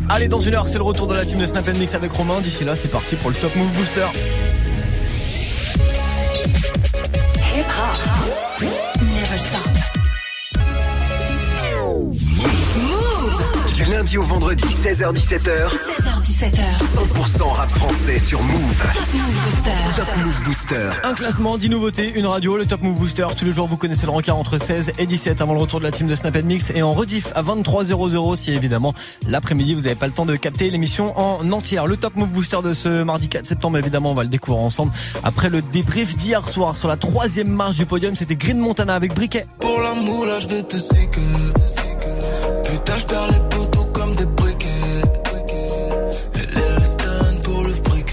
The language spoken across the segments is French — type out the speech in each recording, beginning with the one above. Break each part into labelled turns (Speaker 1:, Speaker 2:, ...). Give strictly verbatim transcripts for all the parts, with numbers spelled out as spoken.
Speaker 1: Allez, dans une heure, c'est le retour de la team de Snap and Mix avec Romain. D'ici là, c'est parti pour le Top Move Booster.
Speaker 2: Hip hop, never stop.
Speaker 3: Du lundi au vendredi, seize heures dix-sept heures.
Speaker 2: seize heures dix-sept heures.
Speaker 3: cent pour cent rap français sur Move.
Speaker 2: Top Move Booster.
Speaker 3: Top Move Booster.
Speaker 1: Un classement, dix nouveautés, une radio, le Top Move Booster. Tous les jours, vous connaissez le rencard entre seize et dix-sept avant le retour de la team de Snap and Mix. Et en rediff à vingt-trois heures si évidemment l'après-midi vous n'avez pas le temps de capter l'émission en entière. Le Top Move Booster de ce mardi quatre septembre, évidemment, on va le découvrir ensemble après le débrief d'hier soir. Sur la troisième marche du podium, c'était Green Montana avec Briquet.
Speaker 4: Pour l'amour, là, je vais te séquer. Putain, je perds les poteaux comme des briquets. Elle stun pour le fric.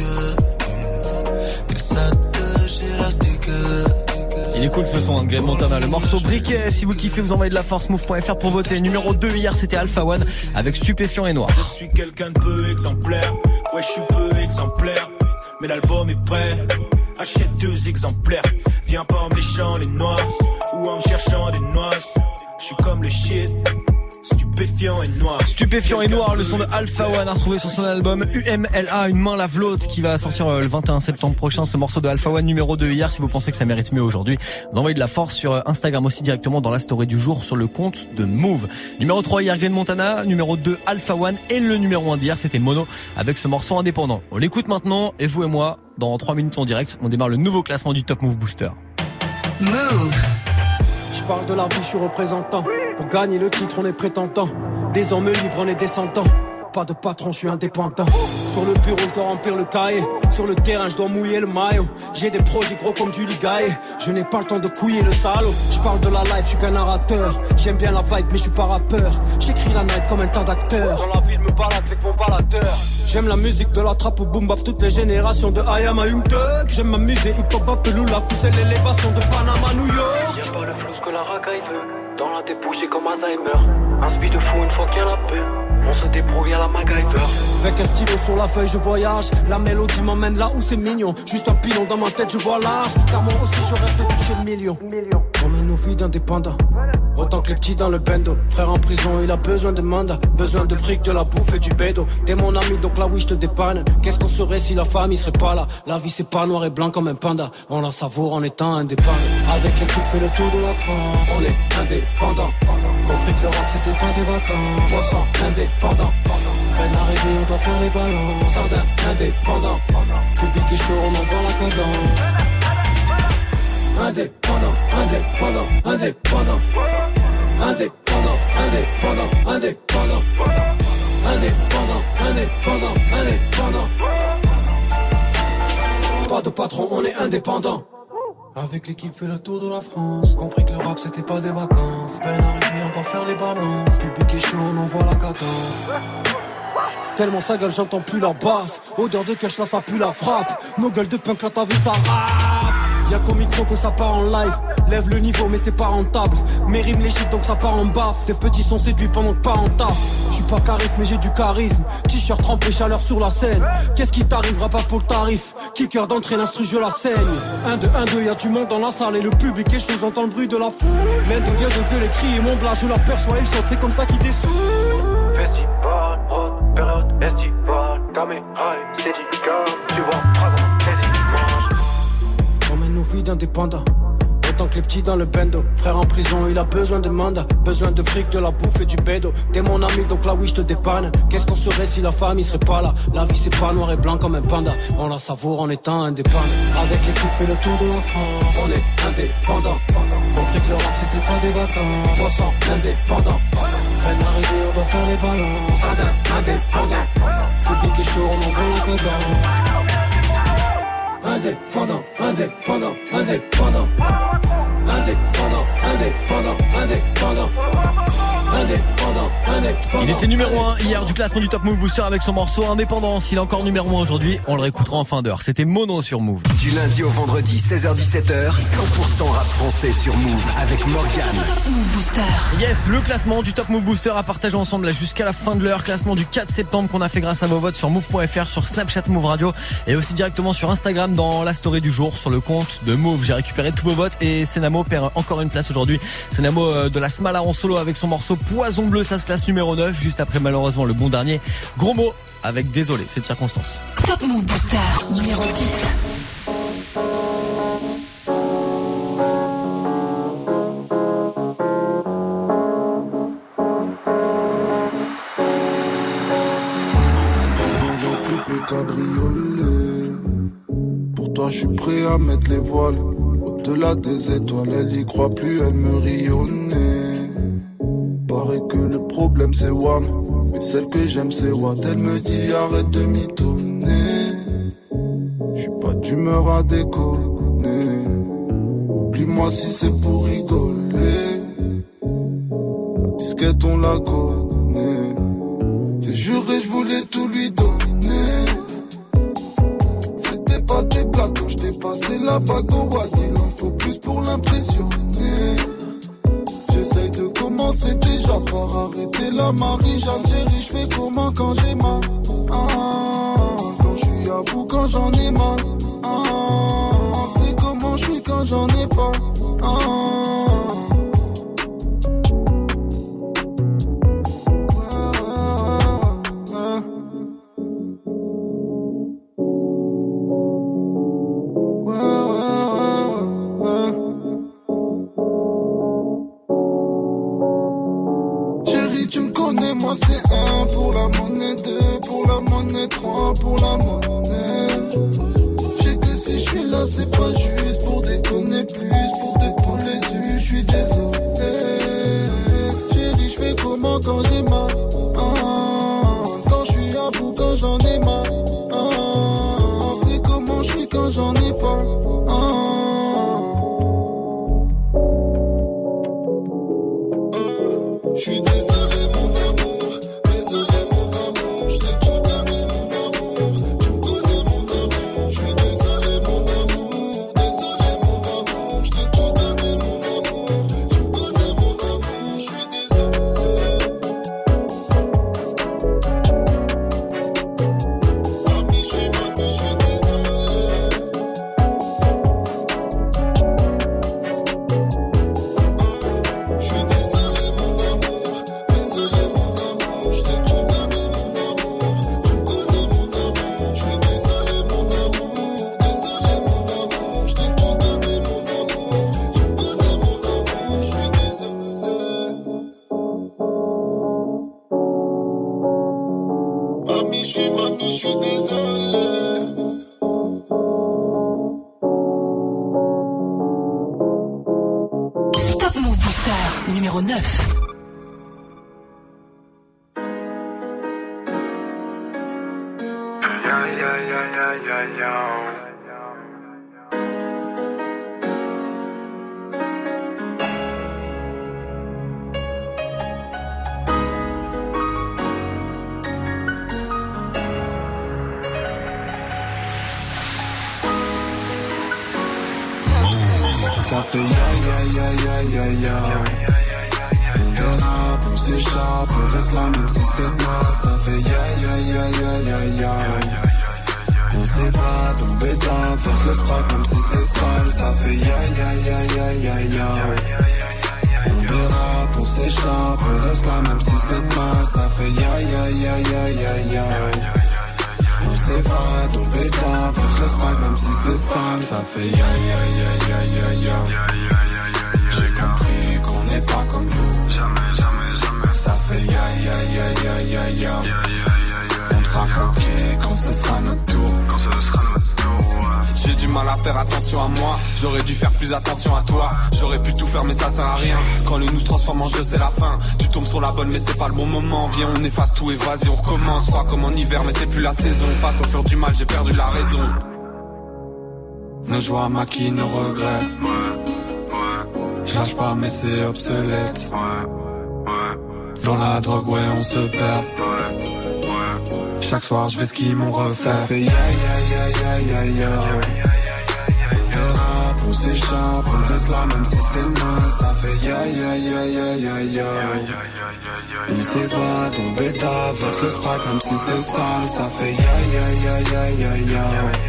Speaker 4: Et ça touche élastique.
Speaker 1: Il est cool ce son, hein, Green Montana. Le morceau Briquet. Si vous kiffez, vous envoyez de la force, move point f r pour voter. Numéro deux hier, c'était Alpha One avec Stupéfiant et Noir.
Speaker 5: Je suis quelqu'un de peu exemplaire. Ouais, je suis peu exemplaire. Mais l'album est vrai. Achète deux exemplaires. Viens pas en me léchant les noix ou en me cherchant des noix. Je suis comme le shit. Stupéfiant et Noir.
Speaker 1: Stupéfiant et Noir, le son de Alpha One à retrouver sur son album U M L A, Une main lave l'autre, qui va sortir le vingt et un septembre prochain. Ce morceau de Alpha One numéro deux hier. Si vous pensez que ça mérite mieux aujourd'hui, d'envoyer de la force sur Instagram aussi directement dans la story du jour sur le compte de Move. Numéro trois hier, Green Montana. Numéro deux, Alpha One. Et le numéro un d'hier, c'était Mono avec ce morceau indépendant. On l'écoute maintenant et vous et moi, dans trois minutes en direct, on démarre le nouveau classement du Top Move Booster.
Speaker 2: Move.
Speaker 6: Je parle de la vie, je suis représentant. Pour gagner le titre, on est prétentant. Des hommes libres, on est descendants. Pas de patron, je suis indépendant. Sur le bureau, je dois remplir le cahier. Sur le terrain, je dois mouiller le maillot. J'ai des projets gros comme Julie Gaillet. Je n'ai pas le temps de couiller le salaud. Je parle de la life, je suis qu'un narrateur. J'aime bien la vibe, mais je suis pas rappeur. J'écris la night comme un tas d'acteurs. Dans la ville, me balade avec mon baladeur. J'aime la musique de la trappe au boom bap, toutes les générations de I Am a Young Thug. J'aime m'amuser, hip hop, Apelula, pousser l'élévation de Panama, New York.
Speaker 7: Y'a pas le flou que la racaille veut. Dans la dépouille, j'ai comme Alzheimer. Un speed de fou une fois qu'il y a la paix. On se débrouille à la MacGyver.
Speaker 6: Avec un stylo sur la feuille, je voyage. La mélodie m'emmène là où c'est mignon. Juste un pilon dans ma tête, je vois large. Car moi aussi, je rêve de toucher le million. On mène nos vies d'indépendants. Autant que les petits dans le bendo. Frère en prison, il a besoin de mandat. Besoin de fric, de la bouffe et du bédo. T'es mon ami, donc là oui, je te dépanne. Qu'est-ce qu'on serait si la famille serait pas là? La vie, c'est pas noir et blanc comme un panda. On la savoure en étant indépendant. Avec l'équipe fait le tour de la France. On est indépendant. Compris que l'Europe c'était pas des vacances. trois cents indépendants. Peine arrivée, on doit faire les balances. Sardin indépendant. Public et chaud, on envoie la cadence. Indépendant, indépendant, indépendant. Indépendant, indépendant, indépendant. Indépendant, indépendant, indépendant. Pas de patron, on est indépendant. Avec l'équipe fait le tour de la France. Compris que le rap c'était pas des vacances. Peine arrivée, on va faire les balances. Public est chaud, on envoie la cadence. Tellement ça gueule, j'entends plus la basse. Odeur de cash, là ça pue la frappe. Nos gueules de punk, là t'as vu ça rap. Y'a qu'au micro que ça part en live. Lève le niveau mais c'est pas rentable. Mes rimes les chiffres donc ça part en baffe. Tes petits sont séduits pendant que pas en taf. J'suis pas charisme mais j'ai du charisme. T-shirt trempé, chaleur sur la scène. Qu'est-ce qui t'arrivera pas pour le tarif? Kicker d'entrée, l'instru je la saigne. un deux un deux, y'a du monde dans la salle. Et le public est chaud, j'entends le bruit de la foule. L'aide vient de gueuler, crier mon blas. Je l'aperçois, il saute, c'est comme ça qu'il dessoule.
Speaker 7: Festival, road, période estivale. Caméra, c'est du calme. Tu vois, dragon,
Speaker 6: on mène nos vies d'indépendants. Autant que les petits dans le bendo. Frère en prison, il a besoin de mandat. Besoin de fric, de la bouffe et du bédo. T'es mon ami, donc là oui je te dépanne. Qu'est-ce qu'on serait si la famille serait pas là? La vie c'est pas noir et blanc comme un panda. On la savoure en étant indépendant. Avec l'équipe fait le tour de la France. On est indépendant. Compris que le rap c'était pas des vacances. trois cents indépendants. Peine arrivée, on va faire les balances. Sardin indépendant. Public est chaud, on envoie la cadence. Indépendant, indépendant, indépendant. Indépendant, indépendant, indépendant. Indépendant, indépendant.
Speaker 1: Il était numéro un hier du classement du Top Move Booster avec son morceau Indépendant. S'il est encore numéro un aujourd'hui, on le réécoutera en fin d'heure. C'était Mono sur Move.
Speaker 3: Du lundi au vendredi, seize heures dix-sept heures, cent pour cent rap français sur Move avec Morgane.
Speaker 2: Top Move Booster.
Speaker 1: Yes, le classement du Top Move Booster à partager ensemble là jusqu'à la fin de l'heure. Classement du quatre septembre qu'on a fait grâce à vos votes sur move point f r, sur Snapchat Move Radio et aussi directement sur Instagram dans la story du jour sur le compte de Move. J'ai récupéré tous vos votes et Senamo perd encore une place aujourd'hui. Senamo de la Smala en solo avec son morceau Poison Bleu, ça se classe numéro neuf. neuf, juste après malheureusement le bon dernier. Gros mot avec désolé, cette circonstance.
Speaker 2: Top Move Booster numéro dix.
Speaker 4: Cabriolet. Pour toi je suis prêt à mettre les voiles. Au-delà des étoiles, elle y croit plus, elle me rionnait. Paraît que le problème c'est Wam, mais celle que j'aime c'est Watt. Elle me dit arrête de mitonner. Je suis pas d'humeur à déconner. Oublie-moi si c'est pour rigoler. La disquette on la connaît. C'est juré je voulais tout lui donner. Pas des blagues quand je t'ai passé la bague au Watt. Il en faut plus pour l'impressionner. J'essaye de commencer déjà par arrêter la Marie-Jeanne. Chérie, je fais comment quand j'ai mal, ah, quand je suis à bout, quand j'en ai mal, ah, tu sais comment je suis quand j'en ai pas, ah. Moi c'est un pour la monnaie, deux pour la monnaie, trois pour la monnaie. J'ai que si je suis là c'est pas juste pour déconner plus, pour t'épauler les yeux, je suis désolé. Chérie je fais comment quand j'ai mal, ah, quand je suis à bout, quand j'en ai mal, ah, tu sais comment je suis quand j'en ai pas, ah. Je suis désolé mon amour, désolé mon amour, je t'ai tout donné mon amour, tu me connais mon amour, je suis désolé mon amour, désolé mon amour, je t'ai tout donné mon amour, tu me connais mon amour, je suis désolé. Mami, je suis mami, je suis désolé. Je suis désolé mon amour. Désolé mon amour, je t'ai tout donné mon amour, tu me connais mon amour, je suis désolé mon amour, désolé mon amour, je t'ai tout donné mon amour, tu me connais mon amour, je suis désolé. Mami, je suis mami, je suis désolé.
Speaker 2: Top Move Booster numéro neuf.
Speaker 4: Ça fait ya ya ya ya ya ya. On rap, on s'échappe, on reste là même si c'est noir. Ça fait ya ya ya ya ya ya. On s'évade, on bêta, force le sprite même si c'est sale. Ça fait ya ya ya ya ya ya. On dérape, on s'échappe, on reste là même si c'est noir. Ça fait ya ya ya ya ya ya. On s'évade, on bêta, force le sprite même si c'est sale. Ça fait ya ya ya ya ya ya. J'ai compris qu'on n'est pas comme vous. Jamais, jamais, jamais. Ça fait ya ya ya ya ya ya. On te fera croquer quand ce sera notre tour. Quand ce sera notre tour. J'ai du mal à faire attention à moi. J'aurais dû faire plus attention à toi. J'aurais pu tout faire mais ça sert à rien. Quand le nous se transforme en jeu c'est la fin. Tu tombes sur la bonne mais c'est pas le bon moment. Viens on efface tout et vas-y on recommence. Froid comme en hiver mais c'est plus la saison. Face au fleur du mal j'ai perdu la raison. Nos joies maquillent nos regrets. Je lâche pas mais c'est obsolète. Dans la drogue ouais on se perd. Chaque soir je vais skier mon reflet. Ça fait ya ya ya ya ya ya. Le rap on s'échappe, on reste là même si c'est mal. Ça fait ya ya ya ya ya ya. On s'évade, on bêta, verse le sprite même si c'est sale. Ça fait ya ya ya ya ya ya.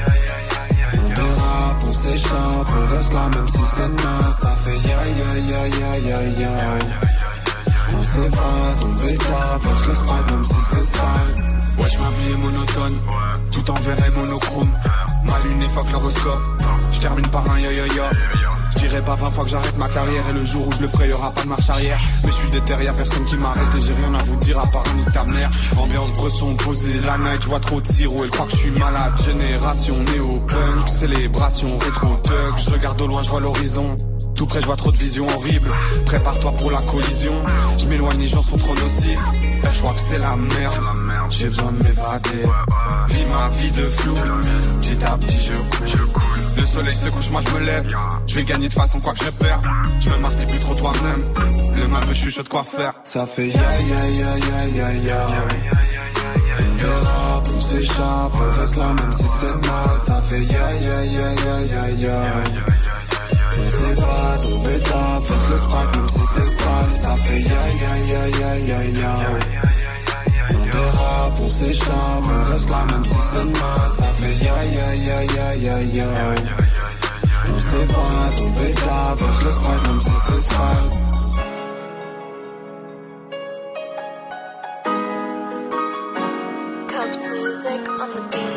Speaker 4: On dérape, on s'échappe, on reste là même si c'est mal. Ça fait ya ya ya ya ya ya. On s'évade, on bêta, verse le sprite même si c'est sale. Wesh, ma vie est monotone, tout en vert et monochrome. Ma lune est fuck l'horoscope, j'termine par un yo yo yo. J'dirai pas vingt fois que j'arrête ma carrière, et le jour où je le ferai y'aura pas de marche arrière. Mais je suis déter, y'a personne qui m'arrête et j'ai rien à vous dire à part un ta mère. Ambiance bresson posée, la night, j'vois trop de sirop. Elle croit que je suis malade, génération néo-punk. Célébration rétro-tug, je regarde au loin, je vois l'horizon. Tout près, je vois trop de visions horribles. Prépare-toi pour la collision. Je m'éloigne, les gens sont trop nocifs. Ben, je crois que c'est la merde. J'ai besoin de m'évader. Vis ma vie de flou. Petit à petit, je coule. Le soleil se couche, moi je me lève. Je vais gagner de façon quoi que je perds. Je me marque, t'es plus trop toi-même. Le mal me chuchote quoi faire. Ça fait ya ya ya ya ya ya. Dérap, on s'échappe. On reste là même si c'est mal. Ça fait ya ya ya ya ya ya. On s'évade, on bêta, verse le sprite même si c'est sale. Ça fait ya ya ya ya ya ya. On dérape, on s'échappe, on reste là même si c'est mal. Ça fait ya ya ya ya ya ya. On s'évade, on bêta, verse le sprite même si c'est sale.
Speaker 8: Cops music on the beat.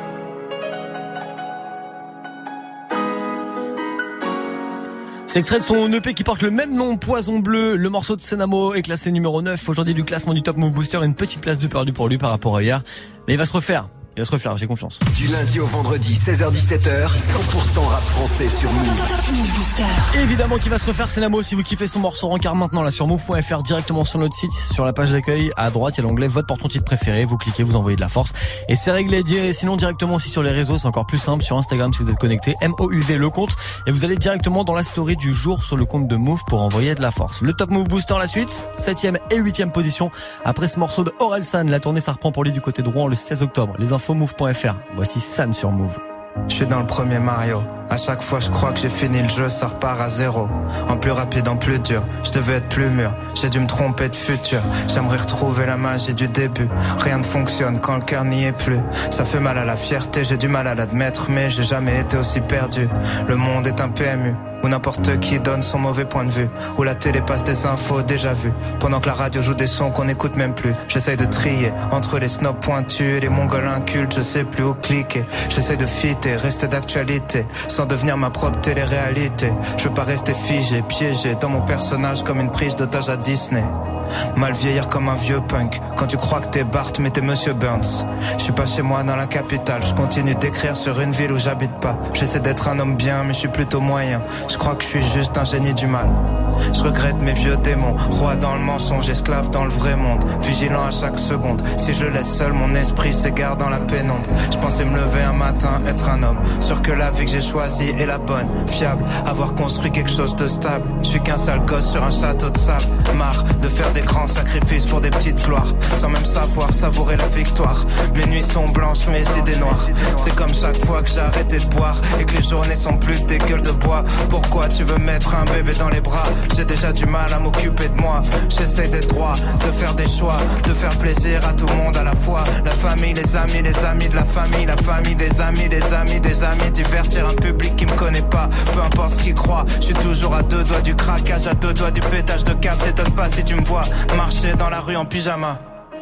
Speaker 1: C'est extrait de son E P qui porte le même nom, Poison Bleu. Le morceau de Senamo est classé numéro neuf aujourd'hui du classement du Top Move Booster. Une petite place de perdu pour lui par rapport à hier. Mais il va se refaire. Il va se refaire, j'ai confiance.
Speaker 3: Du lundi au vendredi, seize heures dix-sept heures, cent pour cent rap français sur Move.
Speaker 2: Top Move Booster.
Speaker 1: Évidemment qu'il va se refaire, Senamo. Si vous kiffez son morceau, rencard maintenant là sur move point f r, directement sur notre site, sur la page d'accueil. À droite, il y a l'onglet vote pour ton titre préféré. Vous cliquez, vous envoyez de la force. Et c'est réglé. Sinon, directement aussi sur les réseaux, c'est encore plus simple. Sur Instagram, si vous êtes connecté, M O U V le compte. Et vous allez directement dans la story du jour sur le compte de Move pour envoyer de la force. Le Top Move Booster, la suite. septième et huitième position. Après ce morceau de Orelsan, la tournée, ça reprend pour lui du côté de Rouen le seize octobre. Les infos move point f r. Voici San sur Move.
Speaker 9: Je suis dans le premier Mario. À chaque fois je crois que j'ai fini le jeu, ça repart à zéro. En plus rapide, en plus dur. Je devais être plus mûr. J'ai dû me tromper de futur. J'aimerais retrouver la magie du début. Rien ne fonctionne quand le cœur n'y est plus. Ça fait mal à la fierté, j'ai du mal à l'admettre, mais j'ai jamais été aussi perdu. Le monde est un P M U où n'importe qui donne son mauvais point de vue, où la télé passe des infos déjà vues, pendant que la radio joue des sons qu'on écoute même plus. J'essaye de trier entre les snobs pointus et les mongols incultes. Je sais plus où cliquer. J'essaye de fitter, rester d'actualité, sans devenir ma propre télé-réalité. Je veux pas rester figé, piégé dans mon personnage comme une prise d'otage à Disney. Mal vieillir comme un vieux punk. Quand tu crois que t'es Bart mais t'es Monsieur Burns. Je suis pas chez moi dans la capitale. Je continue d'écrire sur une ville où j'habite pas. J'essaie d'être un homme bien mais je suis plutôt moyen. Je crois que je suis juste un génie du mal. Je regrette mes vieux démons. Roi dans le mensonge, esclave dans le vrai monde. Vigilant à chaque seconde. Si je le laisse seul, mon esprit s'égare dans la pénombre. Je pensais me lever un matin, être un homme. Sûr que la vie que j'ai choisie est la bonne. Fiable, avoir construit quelque chose de stable. Je suis qu'un sale gosse sur un château de sable. Marre de faire des grands sacrifices pour des petites gloires. Sans même savoir savourer la victoire. Mes nuits sont blanches, mes idées noires. C'est comme chaque fois que j'ai arrêté de boire et que les journées sont plus que des gueules de bois. Pourquoi tu veux mettre un bébé dans les bras? J'ai déjà du mal à m'occuper de moi. J'essaie d'être droit, de faire des choix, de faire plaisir à tout le monde à la fois. La famille, les amis, les amis de la famille, la famille des amis, des amis, des amis. Divertir un public qui me connaît pas, peu importe ce qu'il croit. Je suis toujours à deux doigts du craquage, à deux doigts du pétage de câble. T'étonnes pas si tu me vois marcher dans la rue en pyjama.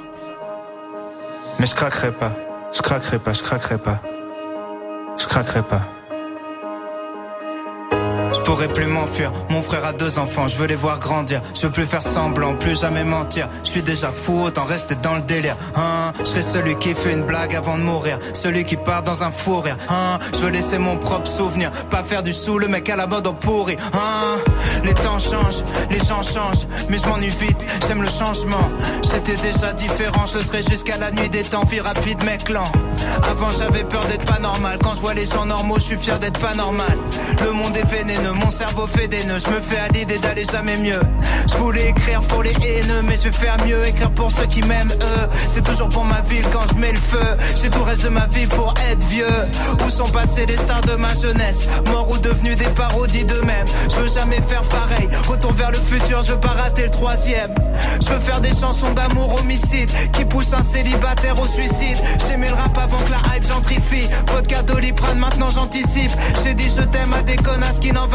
Speaker 9: Mais je craquerai pas, je craquerai pas, je craquerai pas, je craquerai pas. Je pourrais plus m'enfuir, mon frère a deux enfants, je veux les voir grandir. Je veux plus faire semblant, plus jamais mentir. Je suis déjà fou, autant rester dans le délire. Hein, je serai celui qui fait une blague avant de mourir, celui qui part dans un fou rire. Hein, je veux laisser mon propre souvenir, pas faire du sous, le mec à la mode en pourri. Hein, les temps changent, les gens changent, mais je m'ennuie vite, j'aime le changement. J'étais déjà différent, je le serai jusqu'à la nuit des temps, vie rapide mec lent. Avant j'avais peur d'être pas normal, quand je vois les gens normaux, je suis fier d'être pas normal. Le monde est vénéneux, mon cerveau fait des nœuds, je me fais à l'idée d'aller jamais mieux. Je voulais écrire pour les haineux, mais je vais faire mieux, écrire pour ceux qui m'aiment eux. C'est toujours pour ma ville quand je mets le feu. J'ai tout le reste de ma vie pour être vieux. Où sont passés les stars de ma jeunesse, morts ou devenus des parodies d'eux-mêmes. Je veux jamais faire pareil, retour vers le futur, je veux pas rater le troisième. Je veux faire des chansons d'amour homicide qui poussent un célibataire au suicide. J'aimais le rap avant que la hype gentrifie. Vodka Doliprane, maintenant j'anticipe. J'ai dit je t'aime à des connasses qui n'en valent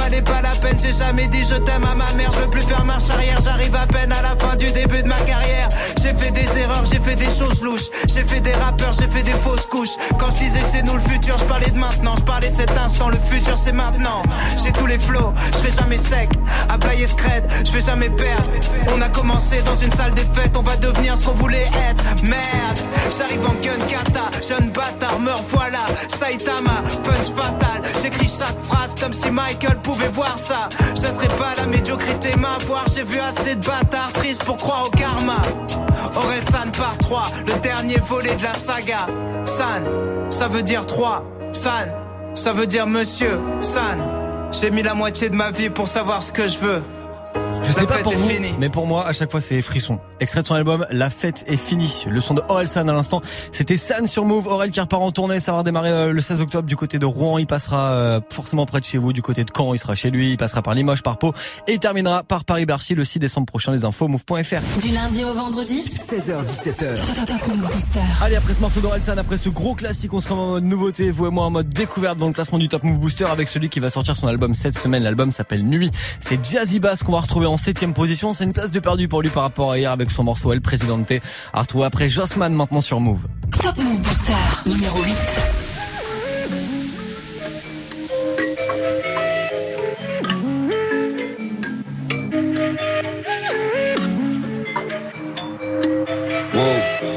Speaker 9: valait pas la peine. J'ai jamais dit je t'aime à ma mère. Je veux plus faire marche arrière, j'arrive à peine à la fin du début de ma carrière. J'ai fait des erreurs, j'ai fait des choses louches. J'ai fait des rappeurs, j'ai fait des fausses couches. Quand je disais c'est nous le futur, je parlais de maintenant. Je parlais de cet instant, le futur c'est maintenant. J'ai tous les flows, je serai jamais sec. À bailler scred, je vais jamais perdre. On a commencé dans une salle des fêtes, on va devenir ce qu'on voulait être. Merde, j'arrive en gun kata, jeune bâtard, me revoilà. Saitama, punch fatal. J'écris chaque phrase comme si Michael pouvait voir ça. Ce serait pas la médiocrité m'avoir. J'ai vu assez de bâtards tristes pour croire au karma. Orelsan par trois, le dernier volet de la saga. San, ça veut dire trois. San, ça veut dire monsieur. San, j'ai mis la moitié de ma vie pour savoir ce que je veux.
Speaker 1: Je sais
Speaker 9: La
Speaker 1: pas
Speaker 9: fête
Speaker 1: pour
Speaker 9: est
Speaker 1: vous,
Speaker 9: finie.
Speaker 1: mais pour moi, à chaque fois, c'est frisson. Extrait de son album, La Fête est finie. Le son de Orelsan à l'instant, c'était San sur Move. Aurel qui repart en tournée, ça va redémarrer euh, le seize octobre du côté de Rouen. Il passera euh, forcément près de chez vous, du côté de Caen. Il sera chez lui. Il passera par Limoges, par Pau, et il terminera par Paris-Bercy le six décembre prochain. Les infos, move point f r.
Speaker 2: Du lundi au vendredi,
Speaker 3: seize heures dix-sept heures.
Speaker 2: Top Move Booster.
Speaker 1: Allez, après ce morceau d'Orelsan, après ce gros classique, on sera en mode nouveauté, vous et moi en mode découverte dans le classement du Top Move Booster avec celui qui va sortir son album cette semaine. L'album s'appelle Nuit. C'est Jazzy Bass qu'on va retrouver en septième position. C'est une place de perdu pour lui par rapport à hier avec son morceau El Presidente. À retrouver après Jossman maintenant sur Move.
Speaker 2: Top Move Booster, numéro huit.
Speaker 5: Wow.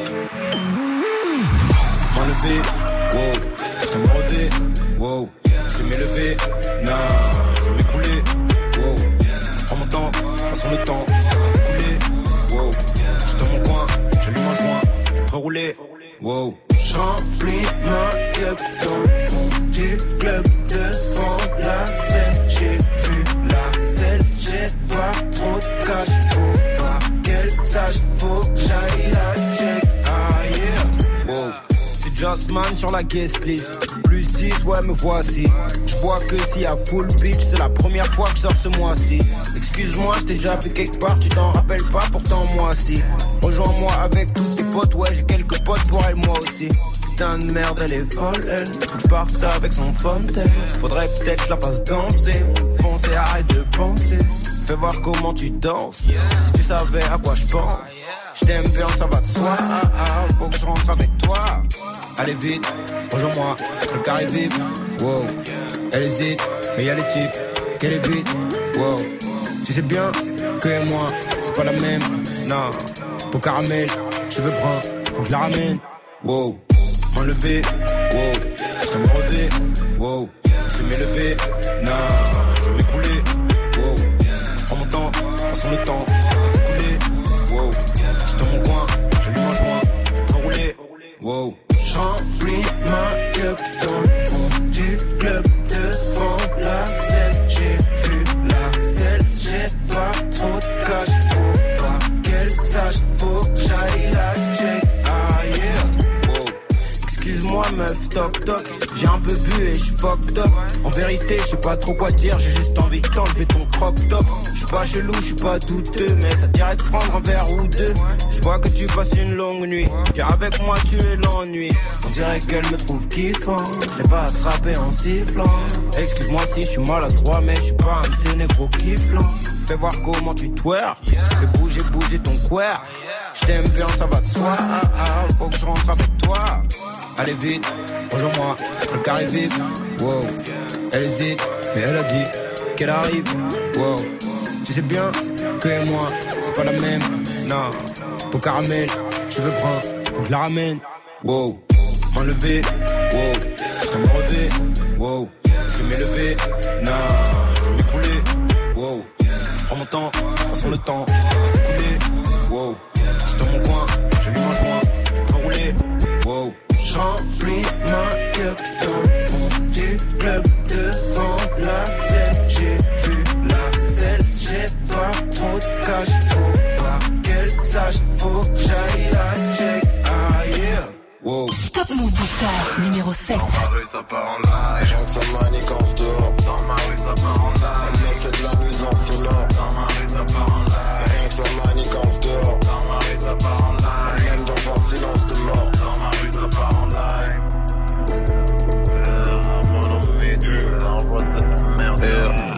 Speaker 5: M'enlever, wow. Je me relever, wow. Je vais m'élever, non. Je vais m'écouler, wow. Je prends mon temps, façon le temps va s'écouler, wow. Je suis dans mon coin, j'allume un joint, je vais rouler, wow.
Speaker 4: J'remplis ma cup dans le fond du club devant la scène. J'ai vu la selle, j'ai pas trop de cash. Faut pas qu'elle sache, faut que j'aille la check. Ah yeah.
Speaker 5: Wow. C'est Jossman sur la guest list. Plus dix, ouais me voici. Je vois que s'il y a full bitch, c'est la première fois que je sors ce mois-ci. Excuse-moi, je t'ai déjà vu quelque part, tu t'en rappelles pas, pourtant moi si. Rejoins-moi avec tous tes potes, ouais j'ai quelques potes pour elle, moi aussi. Putain de merde, elle est folle, elle. Faut que je parte avec son fontaine. Faudrait peut-être que je la fasse danser. Foncer, arrête de penser. Fais voir comment tu danses. Si tu savais à quoi je pense. Je t'aime bien, ça va de soi. Ah, ah, faut que je rentre avec toi. Allez vite, rejoins-moi, le carré vite. Wow, elle hésite, mais y'a les types. Qu'elle est vite, wow. Tu sais bien que et moi, c'est pas la même. Non, pour caramel, cheveux bruns, faut que je la ramène. Wow, m'enlever, wow. Je me relever, wow. Je vais m'élever, non. Je vais m'écouler, wow. Je prends mon temps, façon le temps va s'écouler, wow. Je suis dans mon coin, j'allume un joint, je peux rouler, wow.
Speaker 4: J'remplis ma cup dans le fond du club devant la scène. J'ai vu la selle, j'ai pas trop de cash. Faut pas qu'elle sache, faut que j'aille la check. Ah yeah.
Speaker 5: Wow. Excuse-moi meuf, toc toc. J'ai un peu bu et j'suis fucked up. En vérité, je sais pas trop quoi dire. J'ai juste envie de t'enlever ton crop top. J'suis pas chelou, j'suis pas douteux, mais ça te dirait de prendre un verre ou deux. J'vois que tu passes une longue nuit. Viens avec moi, tu es l'ennui. On dirait qu'elle me trouve kiffant. Je l'ai pas attrapé en sifflant. Excuse-moi si j'suis maladroit, mais j'suis pas un C négro kifflant. Fais voir comment tu twerk. Fais bouger, bouger ton queer. J't'aime bien, ça va de soi. Ah, ah, faut que je rentre avec toi. Allez vite, rejoins-moi, le carré vite, wow. Elle hésite, mais elle a dit qu'elle arrive, wow. Tu sais bien que et moi, c'est pas la même, non. Pour caramel, cheveux bruns, faut que je la ramène, wow. M'enlever, wow. Je me relever, wow. Je vais m'élever, non. Je vais m'écouler, wow. Je prends mon temps, façon le temps va s'écouler, wow. Je suis dans mon coin, j'allume un joint, je peux rouler, wow.
Speaker 4: J'remplis ma cup dans le fond du club devant la scène. J'ai vu la selle, j'ai pas trop de cash. Faut pas qu'elle sache, faut que j'aille la check. Ah yeah.
Speaker 5: Wow.
Speaker 2: Top Move Booster, numéro sept.
Speaker 10: Dans ma rue ça part en live. Rien que ça manigance dehors. Dans ma rue ça part en live. Elle laisse de la nuisance sonore. Dans ma rue ça part en live. Rien que ça manigance dehors. Dans ma rue ça part en live. Même dans un silence de mort. Dans ma rue ça part en live. Mon ennui dur, l'angoisse c'est la merde.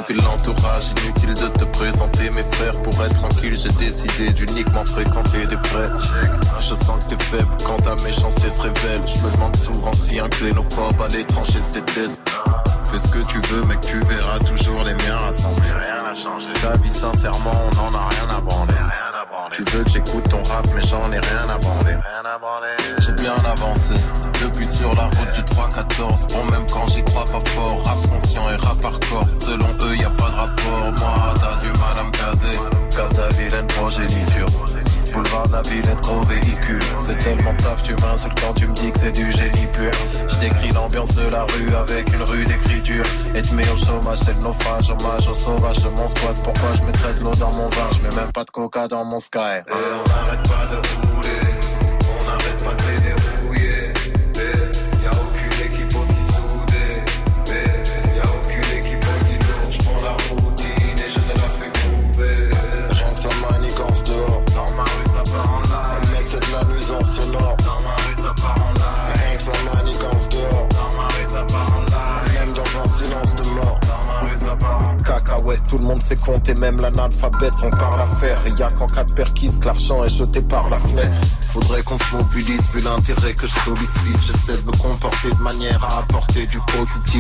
Speaker 11: profile l'entourage, inutile de te présenter mes frères. Pour être tranquille, j'ai décidé d'uniquement fréquenter des vrais. Je sens que t'es faible quand ta méchanceté se révèle. Je me demande souvent si un xénophobe à l'étranger se déteste. Fais ce que tu veux, mec, tu verras toujours les miens rassemblés. Rien n'a changé. Ta vie, sincèrement, on n'en a rien à branler. Tu veux que j'écoute ton rap, mais j'en ai rien à branler. J'ai bien avancé, depuis sur la route du trois quatorze. Bon, même quand j'y crois pas fort, rap conscient et rap hardcore. Selon eux, y a pas de rapport, moi, t'as du mal à me caser. Comme ta vilaine progéniture. Boulevard de la ville, être au véhicule. C'est tellement taf, tu m'insultes quand tu me dis que c'est du génie pur. Je décris l'ambiance de la rue avec une rue d'écriture. Et te mets au chômage, c'est le naufrage, hommage au sauvage de mon squat. Pourquoi je mettrais de l'eau dans mon vin, je mets même pas de coca dans mon sky. Et on n'arrête pas de rouler, on n'arrête pas de les dérouiller. Et y'a aucune équipe aussi soudée, et y'a aucune équipe aussi lourde. Je prends la routine et je te la fais prouver. Rien que ça manigance dehors. Dans ma rue ça part en live. Mais c'est de la nuisance sonore. Dans ma rue ça part en live. Rien que ça manigance dehors. Dans ma rue ça part en live. Même dans un silence de mort. Dans ma rue ça part en live. Cacahuète, tout le monde sait compter, même l'analphabète, on parle à faire. Et y'a qu'en cas de perquise que l'argent est jeté par la fenêtre. Faudrait qu'on se mobilise vu l'intérêt que je sollicite. J'essaie de me comporter de manière à apporter du positif.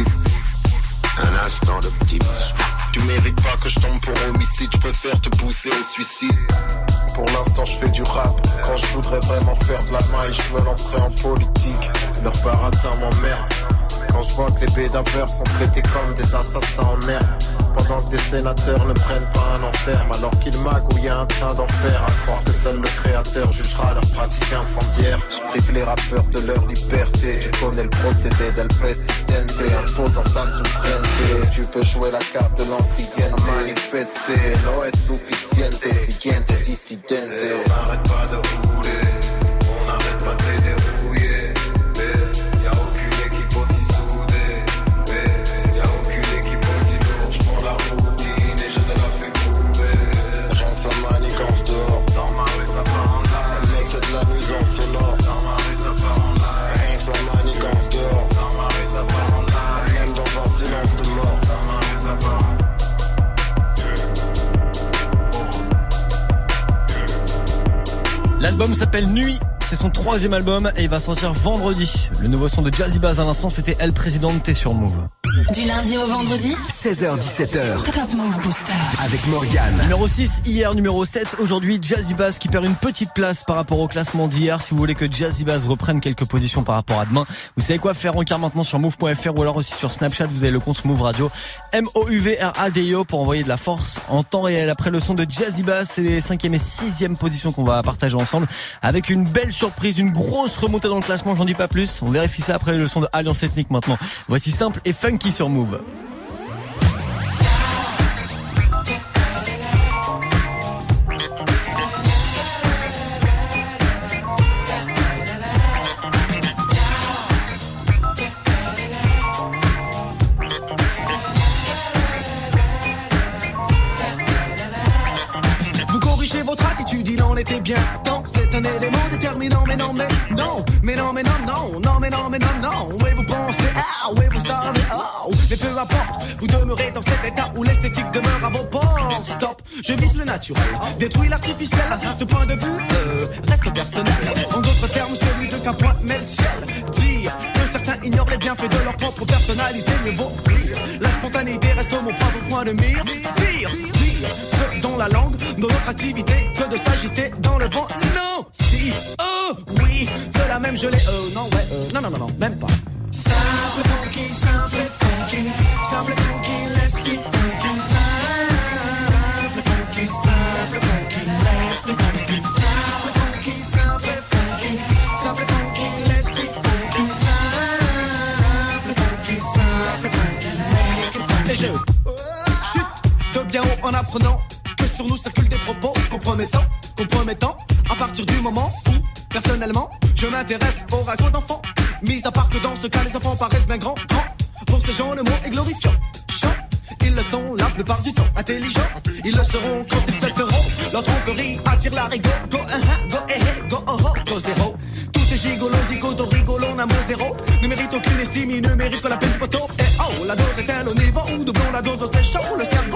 Speaker 11: Un instant d'optimisme. Tu mérites pas que je tombe pour homicide, je préfère te pousser au suicide. Pour l'instant je fais du rap. Quand je voudrais vraiment faire de la maille, je me lancerai en politique. Leur baratin m'emmerde. Quand je vois que les bédaveurs sont traités comme des assassins en herbe. Pendant que des sénateurs ne prennent pas un enferme. Alors qu'ils magouillent un train d'enfer. À croire que seul le créateur jugera leur pratique incendiaire. Je prive les rappeurs de leur liberté. Tu connais le procédé del presidente, imposant sa souveraineté. Tu peux jouer la carte de l'ancienneté. Manifester, no es suficiente. Siguiente dissidente. On n'arrête pas de rouler, on n'arrête pas de les dérouiller. Y'a aucune équipe aussi soudée, y'a aucune équipe aussi lourde. Je prends la routine et je te la fais prouver. Rien que ça manigance dehors. Dans ma rue ça part en live. Mais c'est de la nuisance sonore. Dans ma rue ça part en live. Rien que ça manigance dehors. Dans ma rue ça part en live. Même dans un silence de mort. Dans ma rue ça part en live.
Speaker 1: L'album s'appelle Nuit, c'est son troisième album et il va sortir vendredi. Le nouveau son de Jazzy Bass à l'instant, c'était El Presidente sur Move.
Speaker 2: Du lundi au vendredi,
Speaker 3: seize heures dix-sept heures.
Speaker 2: Top Move Booster.
Speaker 3: Avec Morgane.
Speaker 1: Numéro six, hier numéro sept. Aujourd'hui, Jazzy Bass qui perd une petite place par rapport au classement d'hier. Si vous voulez que Jazzy Bass reprenne quelques positions par rapport à demain, vous savez quoi faire, rencard maintenant sur move point f r ou alors aussi sur Snapchat, vous avez le compte Move Radio. M O U V R A D I O pour envoyer de la force en temps réel. Après le son de Jazzy Bass, c'est les cinquième et sixième positions qu'on va partager ensemble avec une belle surprise, une grosse remontée dans le classement, j'en dis pas plus. On vérifie ça après le son de Alliance Ethnique maintenant. Voici Simple et Funky sur Move.
Speaker 12: Vous corrigez votre attitude, il en était bien temps. C'est un élément déterminant, mais non, mais non, mais non, mais non, non, non, mais non, mais non, non. Oui, vous pensez, ah, oui, vous savez, oh, mais peu importe, vous demeurez dans cet état où l'esthétique demeure à vos portes. Stop, je vise le naturel, détruis l'artificiel. Ce point de vue euh, reste personnel. En d'autres termes, celui de qu'un point met le ciel. Dire que certains ignorent les bienfaits de leur propre personnalité, mieux vaut rire. La spontanéité reste mon propre point de mire. Pire, pire, ce dont la langue, dans notre activité, que de s'agiter dans le vent. Non, si, oh, oui, de la même gelée, euh, non, ouais, euh, non, non, non, non, même pas. Simple funky, simple funky, simple funky, let's be funky. Simple funky, simple funky, let's be funky. Simple funky, simple funky, simple funky, let's be funky. Simple funky, simple funky, make it funky. Et je chute de bien haut en apprenant que sur nous circulent des propos compromettants, compromettants. À partir du moment où, personnellement, je m'intéresse au ragot d'enfants. Mis à part que dans ce cas, les enfants paraissent bien grands, grands. Pour ces gens, le mot est glorifiant. Chant, ils le sont la plupart du temps. Intelligents, ils le seront quand ils cesseront. Leur tromperie attire la rigo. Go, uh, uh, go, eh, eh, go, oh, oh, go, zéro. Tous ces gigolos, zigotos, rigolos, n'a mot zéro. Ne méritent aucune estime, ils ne méritent que la peine du poteau. Et oh, la dose est-elle au niveau où doublons la dose, c'est chaud. Le cerveau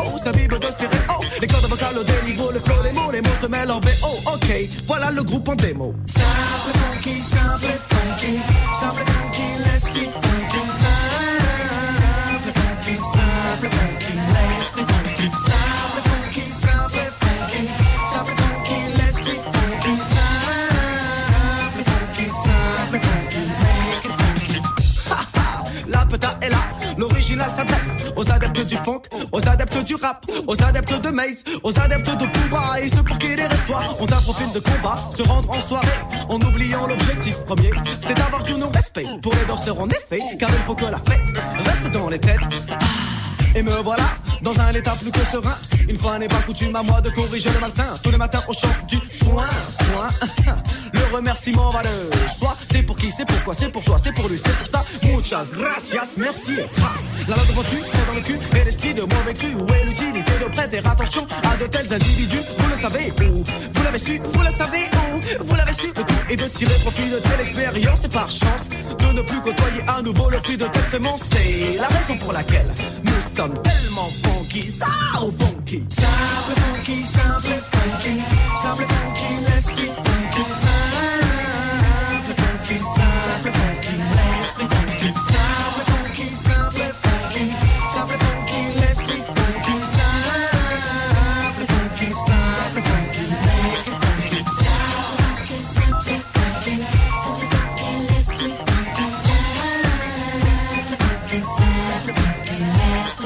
Speaker 12: le déniveau, le flow, les mots, les mots se mêlent en V O. Ok, voilà le groupe en démo. Simple funky, simple funky, simple funky, l'esprit funky. Simple funky, simple funky, l'esprit funky. Simple funky, simple funky, simple funky, l'esprit funky. Simple funky, simple funky, make it funky. Ha ha, la peta est là. L'original s'adresse aux adeptes du funk, aux adeptes du rap, aux adeptes de Maze, aux adeptes de Booba et ceux pour qui les restoirs ont un profil de combat. Se rendre en soirée en oubliant l'objectif premier, c'est d'avoir du non-respect pour les danseurs en effet, car il faut que la fête reste dans les têtes. Et me voilà dans un état plus que serein. Une fois n'est pas coutume à moi de corriger le malsain. Tous les matins au chant du soin, soin. Le remerciement va le soi. C'est pour qui, c'est pourquoi, c'est pour toi, c'est pour lui, c'est pour ça. Muchas gracias, merci et trace. La langue devant tu, est dans le cul, et l'esprit de mauvais cru. Où est l'utilité de prêter attention à de tels individus? Vous le savez où? Vous l'avez su, vous le savez où? Vous l'avez su de tout et de tirer profit de telle expérience. Et par chance de ne plus côtoyer à nouveau le fruit de telle semence. C'est la raison pour laquelle nous sommes tellement funky, ça ou funky. Simple funky, simple funky, simple funky, l'esprit funky. Simple funky, simple funky, l'esprit funky. Simple funky, simple funky, simple funky, l'esprit funky. Simple funky, simple funky, make it funky. Simple funky, simple funky, simple funky, l'esprit funky. Simple funky, simple funky, l'esprit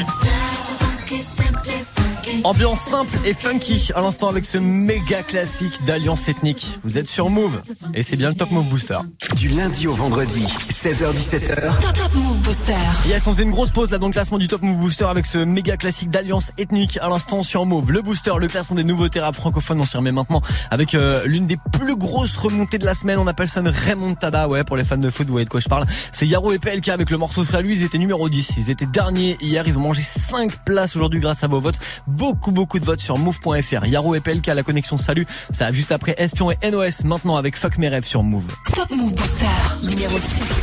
Speaker 12: funky.
Speaker 1: Ambiance simple et funky à l'instant avec ce méga classique d'Alliance Ethnique. Vous êtes sur Move et c'est bien le Top Move Booster.
Speaker 3: Du lundi au vendredi, seize heures dix-sept heures.
Speaker 2: Top, Top Move Booster.
Speaker 1: Yes, on faisait une grosse pause là dans le classement du Top Move Booster avec ce méga classique d'Alliance Ethnique à l'instant sur Move. Le Booster, le classement des nouveautés rap francophones, on s'y remet maintenant avec euh, l'une des plus grosses remontées de la semaine. On appelle ça une remontada, ouais, pour les fans de foot, vous voyez de quoi je parle. C'est Yaro et P L K avec le morceau Salut, ils étaient numéro dix. Ils étaient derniers hier, ils ont mangé cinq places aujourd'hui grâce à vos votes. Beaucoup, beaucoup de votes sur move point f r. Yaro et P L K, la connexion Salut. Ça arrive juste après Espion et N O S maintenant avec Fuck mes rêves sur Move.
Speaker 2: Top Move Booster, numéro six.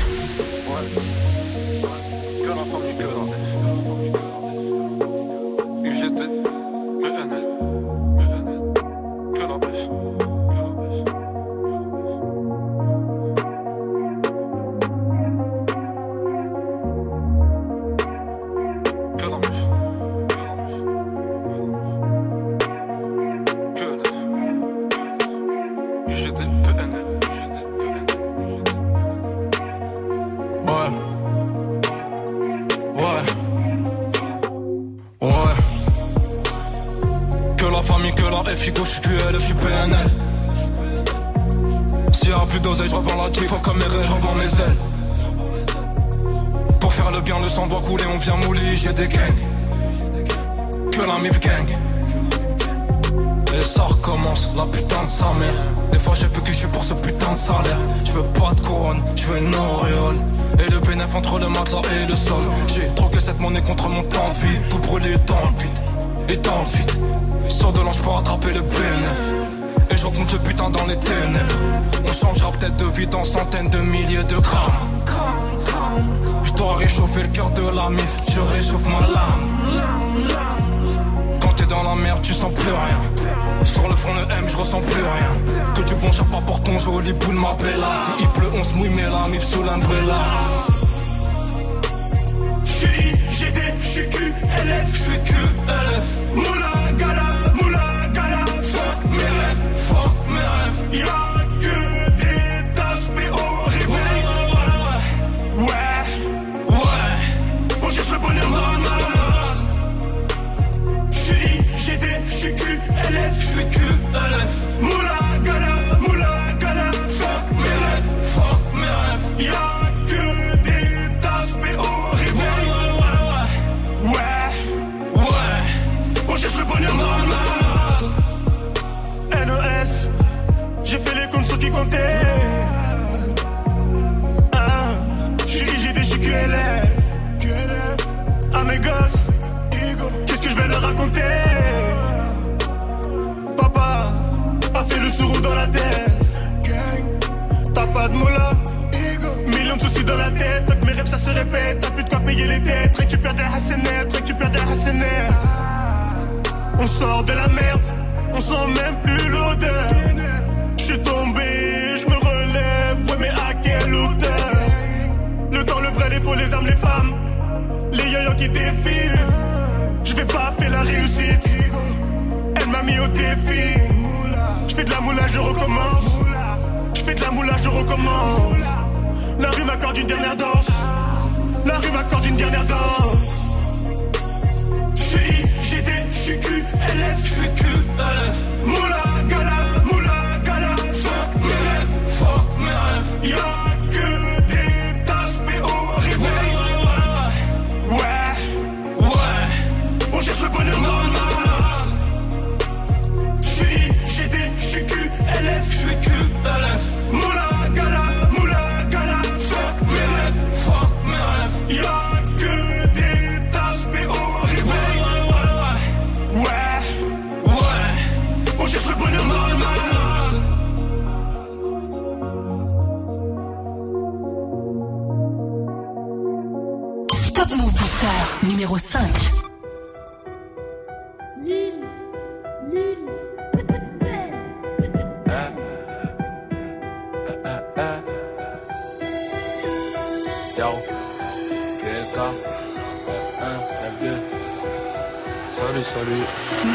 Speaker 6: Figo, je suis Q L F, je suis P N L. S'il y a plus d'oseille, je revends la G, comme mes rêves, je revends mes ailes. Pour faire le bien, le sang doit couler, on vient mouler, j'ai des gangs. Que la mif gang. Et ça recommence, la putain de sa mère. Des fois j'ai peu que je suis pour ce putain de salaire. Je veux pas de couronne, je veux une auréole. Et le bénéf entre le matelas et le sol. J'ai troqué cette monnaie contre mon temps de vie. Tout brûlé dans le vide, et dans le vide. Sur de l'ange pour attraper le bénéf. Et je remonte le putain dans les ténèbres. On changera peut-être de vie dans centaines de milliers de grammes. Je dois réchauffer le cœur de la mif. Je réchauffe ma lame. Quand t'es dans la merde tu sens plus rien. Sur le front le M je ressens plus rien. Que du bon chapeau pour ton joli boule ma bella. Si il pleut on se mouille mais la mif sous l'umbrella. J'suis I G D, j'suis Q L F, j'suis Q L F. Moula gala, moula gala. Fuck mes rêves, fuck mes rêves. Y'a que des tasses P O réveil. Ouais, ouais, ouais. On cherche le bonheur dans le mal. J'suis I G D, j'suis Q L F, j'suis Q L F. Moula gala, moula gala. Fuck mes rêves, fuck mes rêves. Y'a que des tasses P O réveil. Cherche le bonheur dans le mal. N O S, j'ai fait les comptes sur qui comptait. Ah, j'suis I G D, j'suis Q L F. Q L F. À mes gosses, qu'est-ce que je vais leur raconter? Papa a fait le sourd dans la tête. T'as pas de moula, millions de soucis dans la tête. Fait que mes rêves ça se répète. T'as plus de quoi payer les dettes. Récupère des hassenettes, récupère des hassenettes.
Speaker 13: On sort de la merde, on sent même plus l'odeur. Je suis tombé, je me relève, ouais mais à quelle hauteur? Le temps, le vrai, les faux, les âmes, les femmes, les yo-yo qui défilent. Je vais pas faire la réussite, elle m'a mis au défi. Je fais de la moula, je recommence. Je fais de la moula, je recommence. La rue m'accorde une dernière danse. La rue m'accorde une dernière danse. J'suis I, G D, j'suis Q, L F, j'suis Q, L F. Moula, gala, moula, gala. Fuck mes rêves, fuck mes rêves. Y'a que des tasses P O réveil. Ouais, ouais, on cherche le bonheur normal. J'suis I, G D, j'suis Q, L F, j'suis Q, L F. Moula, gala, moula, gala. Fuck mes rêves, fuck mes rêves. Y'a que des tasses P O réveil. Ouais, ouais, on cherche le bonheur normal.
Speaker 2: Top Move Booster numéro cinq.
Speaker 6: Salut, salut.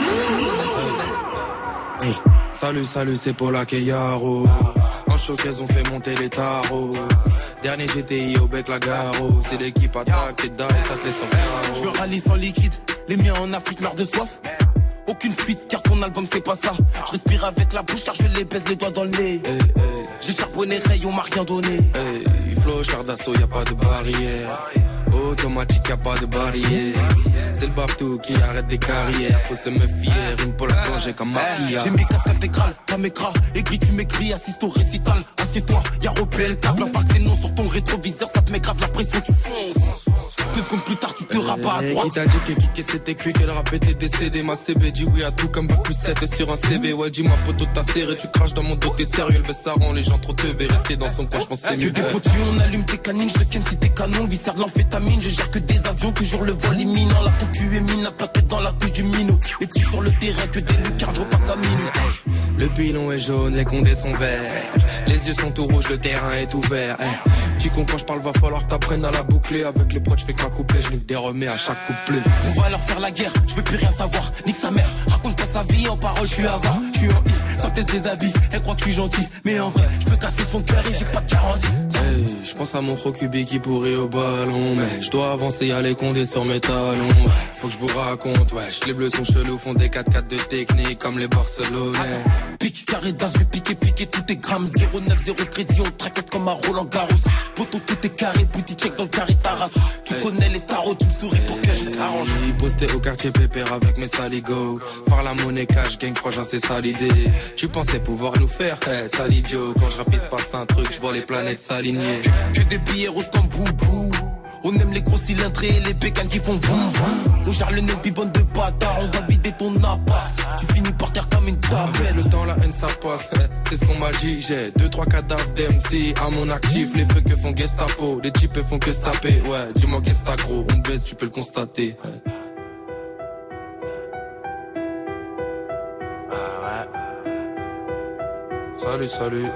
Speaker 6: Hey, salut, salut, c'est Paula Keyaro. En showcase, on fait monter les tarots. Dernier G T I au bec la garo. C'est l'équipe attaque, t'es d'ail, ça te laisse en carreau.
Speaker 14: Je veux rallye sans liquide, les miens en Afrique meurent de soif. Aucune fuite car ton album c'est pas ça. Je respire avec la bouche car je les baise les doigts dans le nez. Hey, hey. J'ai charbonné rayon, on m'a rien donné.
Speaker 6: Hey, flow, char d'assaut, y'a pas de barrière. Automatique, y'a pas de barrière. C'est le babtou qui arrête des carrières. Faut se méfier, rime pour la plonger comme mafia.
Speaker 14: J'ai mes casques intégrales, ta mécra. Aigri, tu m'écris, assiste au récital. Assieds-toi, y'a repé le câble. Infarct, c'est non sur ton rétroviseur. Ça te met grave la pression, tu fonces. Deux secondes plus tard, tu te rabats à droite.
Speaker 6: Qui t'a dit que kické c'était cuit, que le rap était décédé. Ma C B dit oui à tout comme bac plus sept sur un C V. Ouais, dis-moi poteau, t'as serré. Tu craches dans mon dos, t'es sérieux. Le ça rend les gens trop teubés. Rester dans son coin, j'pense c'est mieux.
Speaker 14: Que des potus, on allume tes canines. J'te ken si t'es canon. Viscère de l'amphétamine. Je gère que des avions, toujours le vol imminent. La concu est mine, la tête dans la couche du minot. Les petits sur le terrain, que des lucarnes, je repasse à minute.
Speaker 6: Le pilon est jaune, les condés sont verts. Les yeux sont tout rouges, le terrain est ouvert. Tu comprends quand je parle, va falloir t'apprennes à la boucler. Avec les proches, je fais qu'un couplet, je nique des remets à chaque couplet.
Speaker 14: On va leur faire la guerre, je veux plus rien savoir. Nique sa mère, raconte pas sa vie, en parole, je suis avare. Je suis en I, quand elle se déshabille, elle croit que je suis gentil. Mais en vrai, je peux casser son cœur et j'ai pas de garantie.
Speaker 6: Hey, je pense à mon Rokubi qui pourrit au ballon. Mais je dois avancer, y'a les condés sur mes talons. Faut que je vous raconte, wesh, les bleus sont chelous, font des quatre quatre de technique comme les Barcelonais.
Speaker 14: Pique, carré d'as, je vais piquer, piquer, tout est gramme. zéro neuf, zéro crédit, on traquette comme un Roland Garros. Poto, tout est carré, boutique check dans le carré ta race. Tu hey. connais les tarots, tu me souris pour que je t'arrange.
Speaker 6: J'ai posté au quartier pépère avec mes saligots. Faire la monnaie cash, gang, frangin, c'est ça l'idée. Tu pensais pouvoir nous faire, hey, sale idiot. Quand je rappe, il se passe un truc, je vois les planètes s'aligner.
Speaker 14: Que, que des billets roses comme boubou. On aime les gros cylindrés et les bécanes qui font vroom vroom. On gère le Nesby bonne de bâtard, on va vider ton appart. Tu finis par terre comme une table.
Speaker 6: Le temps, la haine, ça passe, c'est ce qu'on m'a dit. J'ai deux, trois cadavres d'M C à mon actif. Les feux que font Gestapo, les types font que se taper. Ouais, dis-moi qu'est-ce que t'as gros, on baisse, tu peux le constater.
Speaker 15: Ah ouais. Salut, salut.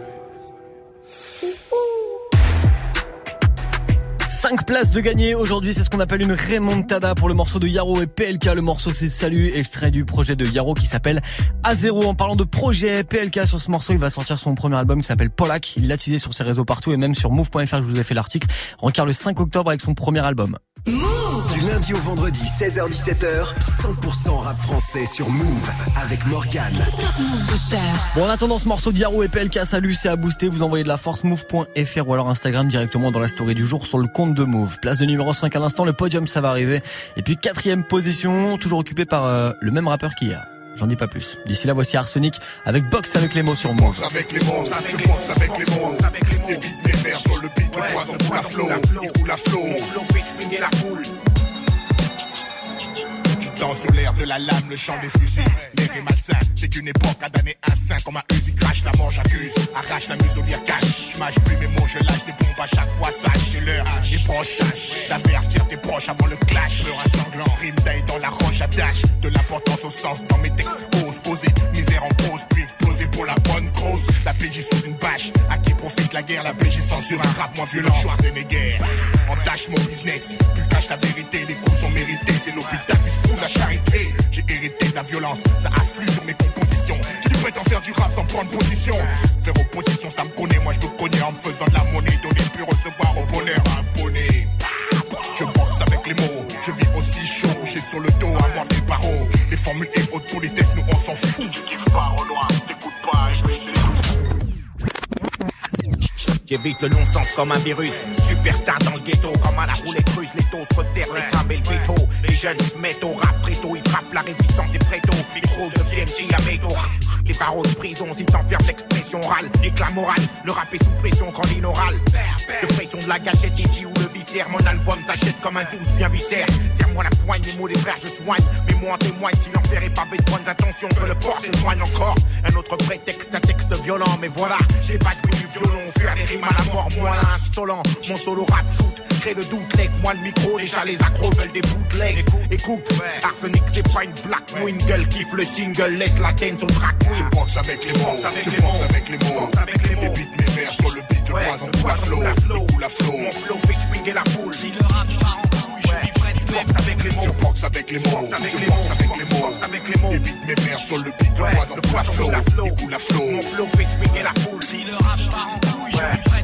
Speaker 1: cinq places de gagner aujourd'hui, c'est ce qu'on appelle une remontada pour le morceau de Yaro et P L K. Le morceau c'est Salut, extrait du projet de Yaro qui s'appelle A zéro. En parlant de projet, P L K sur ce morceau, il va sortir son premier album qui s'appelle Polak. Il l'a teasé sur ses réseaux partout et même sur move point f r, je vous ai fait l'article. Rencard le cinq octobre avec son premier album.
Speaker 3: Move. Du lundi au vendredi, seize heures dix-sept heures, cent pour cent rap français sur Move avec Morgane.
Speaker 2: Move Booster.
Speaker 1: Bon, en attendant ce morceau de Yaro et P L K, salut, c'est à booster. Vous envoyez de la force move point f r ou alors Instagram directement dans la story du jour sur le compte de Move. Place de numéro cinq à l'instant, le podium ça va arriver. Et puis quatrième position, toujours occupé par euh, le même rappeur qu'hier. J'en dis pas plus. D'ici là, voici Arsenic avec Box avec les mots sur Move.
Speaker 16: Box avec les mots, je boxe avec les mots. Évite mes vers sur le beat, le poison pour la flow. Il roule à flow. Dans sur l'air de la lame, le chant des fusils. L'air est malsain, c'est une époque à damner un saint. Comme un Uzi crash, la mort j'accuse. Arrache la muselière cache. J'mâche plus mes mots, je lâche des bombes à chaque fois. Sache, j'ai l'heure, les proches sachent. La verse tire tes proches avant le clash. Peur un sanglant, rime d'ail dans la roche, j'attache de l'importance au sens dans mes textes. Ose poser, misère en pause, puis exploser pour la bonne cause. La P J sous une bâche, à qui profite la guerre, la P J censure un rap moins violent. Schwarzenegger, entache mon business, plus cache la vérité, les coups sont mérités. C'est l'hôpital qui se fout de la charité. J'ai hérité de la violence, ça afflue sur mes compositions. Qui prétend faire du rap sans prendre position? Faire opposition, ça me connaît, moi je me connais en me faisant de la monnaie. Donner puis recevoir au bonheur imponné. Je boxe avec les mots, je vis aussi chaud, j'ai sur le dos à mort des barreaux. Les formules et haute politesse, nous on s'en fout. Tu kiffes pas au loin, t'écoutes pas et puis c'est tout.
Speaker 17: J'évite le non-sens comme un virus. Superstar dans le ghetto, comme à la roulette russe. Les taux se resserrent, les crabes et le veto. Les jeunes se mettent au rap préto. Ils frappent la résistance et préto. Les pros deviennent G à métaux. Les barreaux de prison, si t'enfermes l'expression orale. Éclat moral, le rap est sous pression quand l'inoral. De pression de la gâchette ici ou le viscère. Mon album s'achète comme un douce bien viscère. Serre-moi la poigne, les mots des frères je soigne. Mais moi en témoigne, si l'enfer est pavé de bonnes intentions, que le port s'éloigne encore. Un autre prétexte, un texte violent. Mais voilà, j'ai pas de du violon, faire les rimes à la mort, moi l'insolent. Mon solo rap shoot, crée le doute, leg, moi le micro, déjà les accros veulent des bootlegs. Écoute, écoute, Arsenic c'est pas une black wingle, kiffe le single, laisse la dance sur le track.
Speaker 16: Je boxe avec les mots, je boxe avec les mots, et beat mes vers sur le beat, le poison pour la flow, le coup la flow.
Speaker 17: Mon flow fait swinguer la foule. Si le rap part en couille, je suis prêt, je boxe avec les mots.
Speaker 16: Je boxe avec les mots, je boxe avec les mots, et beat mes vers sur le beat, le poison pour la flow, le coup la flow.
Speaker 17: Mon flow fait swinguer la foule.
Speaker 5: Si le rap part en couille, je suis prêt,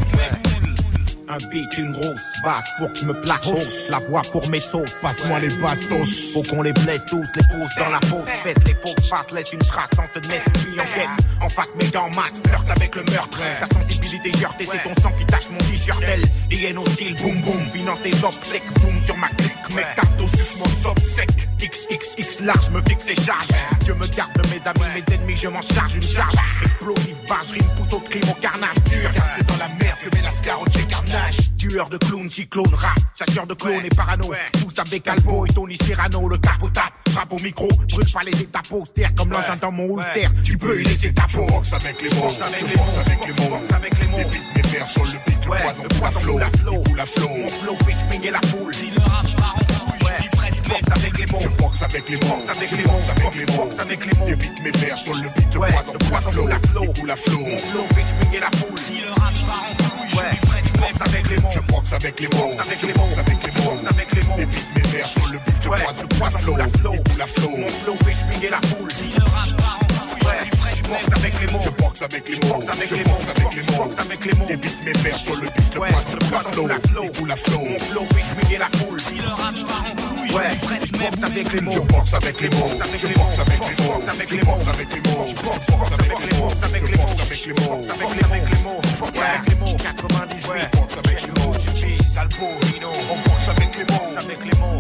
Speaker 17: un beat, une grosse basse, faut que je me place hausse. La voix pour mes sauces,
Speaker 16: passe-moi les bastos.
Speaker 17: Faut qu'on les blesse tous, les pousse dans la fausse fesse. Les fausses faces laissent une trace sans se naître, puis en caisse. En face, mes dents masse, flirte avec le meurtre. Ta sensibilité heurtée, c'est ton sang qui tache mon t-shirt. Elle, D N hostile, boum boum, finance tes obsèques. Zoom sur ma clique, mec, carto sus mon sob sec. X X X large, me fixe et charge. Je me garde de mes amis, mes ennemis, je m'en charge une charge. Explosive, barge, rime, pousse au crime, au carnage dur.
Speaker 16: Car c'est dans la merde que met la scar au carnage.
Speaker 17: Tueur de clowns, cyclone, rap, chasseur de clones et parano. Tous avec Calvo et Tony Cyrano, le capot tape, frappe au micro, brûle pas les étapes austères comme l'engin dans mon holster. Tu peux y laisser ta peau.
Speaker 16: Je boxe avec les mots, je boxe avec les mots, et beat mes vers sur le beat, le poison pour la flow, le coup la flow.
Speaker 17: Mon flow fait swinguer la foule.
Speaker 5: Si le rap part en couille, je suis prêt,
Speaker 17: je boxe avec les mots.
Speaker 16: Je boxe avec les mots, je boxe avec les mots, et beat mes vers sur le beat, le poison pour la flow, le coup la flow.
Speaker 17: Mon flow fait swinguer la foule.
Speaker 5: Si le rap part en couille, je suis prêt,
Speaker 17: je boxe avec les mots.
Speaker 16: Je boxe avec les mots, je boxe avec les mots, et beat mes vers sur le beat, le poison pour la flow, le coup la flow.
Speaker 17: Mon flow fait swinguer la foule.
Speaker 5: Si le rap part en couille, je suis prêt,
Speaker 17: je boxe avec les mots.
Speaker 16: Je boxe avec les mots, je boxe avec les mots, et beat mes vers sur le beat, le poison pour la flow, le coup la flow.
Speaker 17: Mon flow fait swinguer la foule.
Speaker 5: Si le rap part en couille, je suis prêt,
Speaker 17: je boxe avec les mots.
Speaker 16: Je boxe avec les mots, je boxe avec les mots, je boxe avec les mots, je boxe avec les mots, je boxe avec les mots, je boxe avec les mots,
Speaker 17: je boxe avec les mots, je boxe avec les mots, quatre-vingt-dix-huit,
Speaker 16: je boxe avec les mots, Calvo, Nino, on boxe avec les mots,
Speaker 17: avec les mots,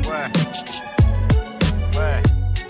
Speaker 17: ouais, ouais.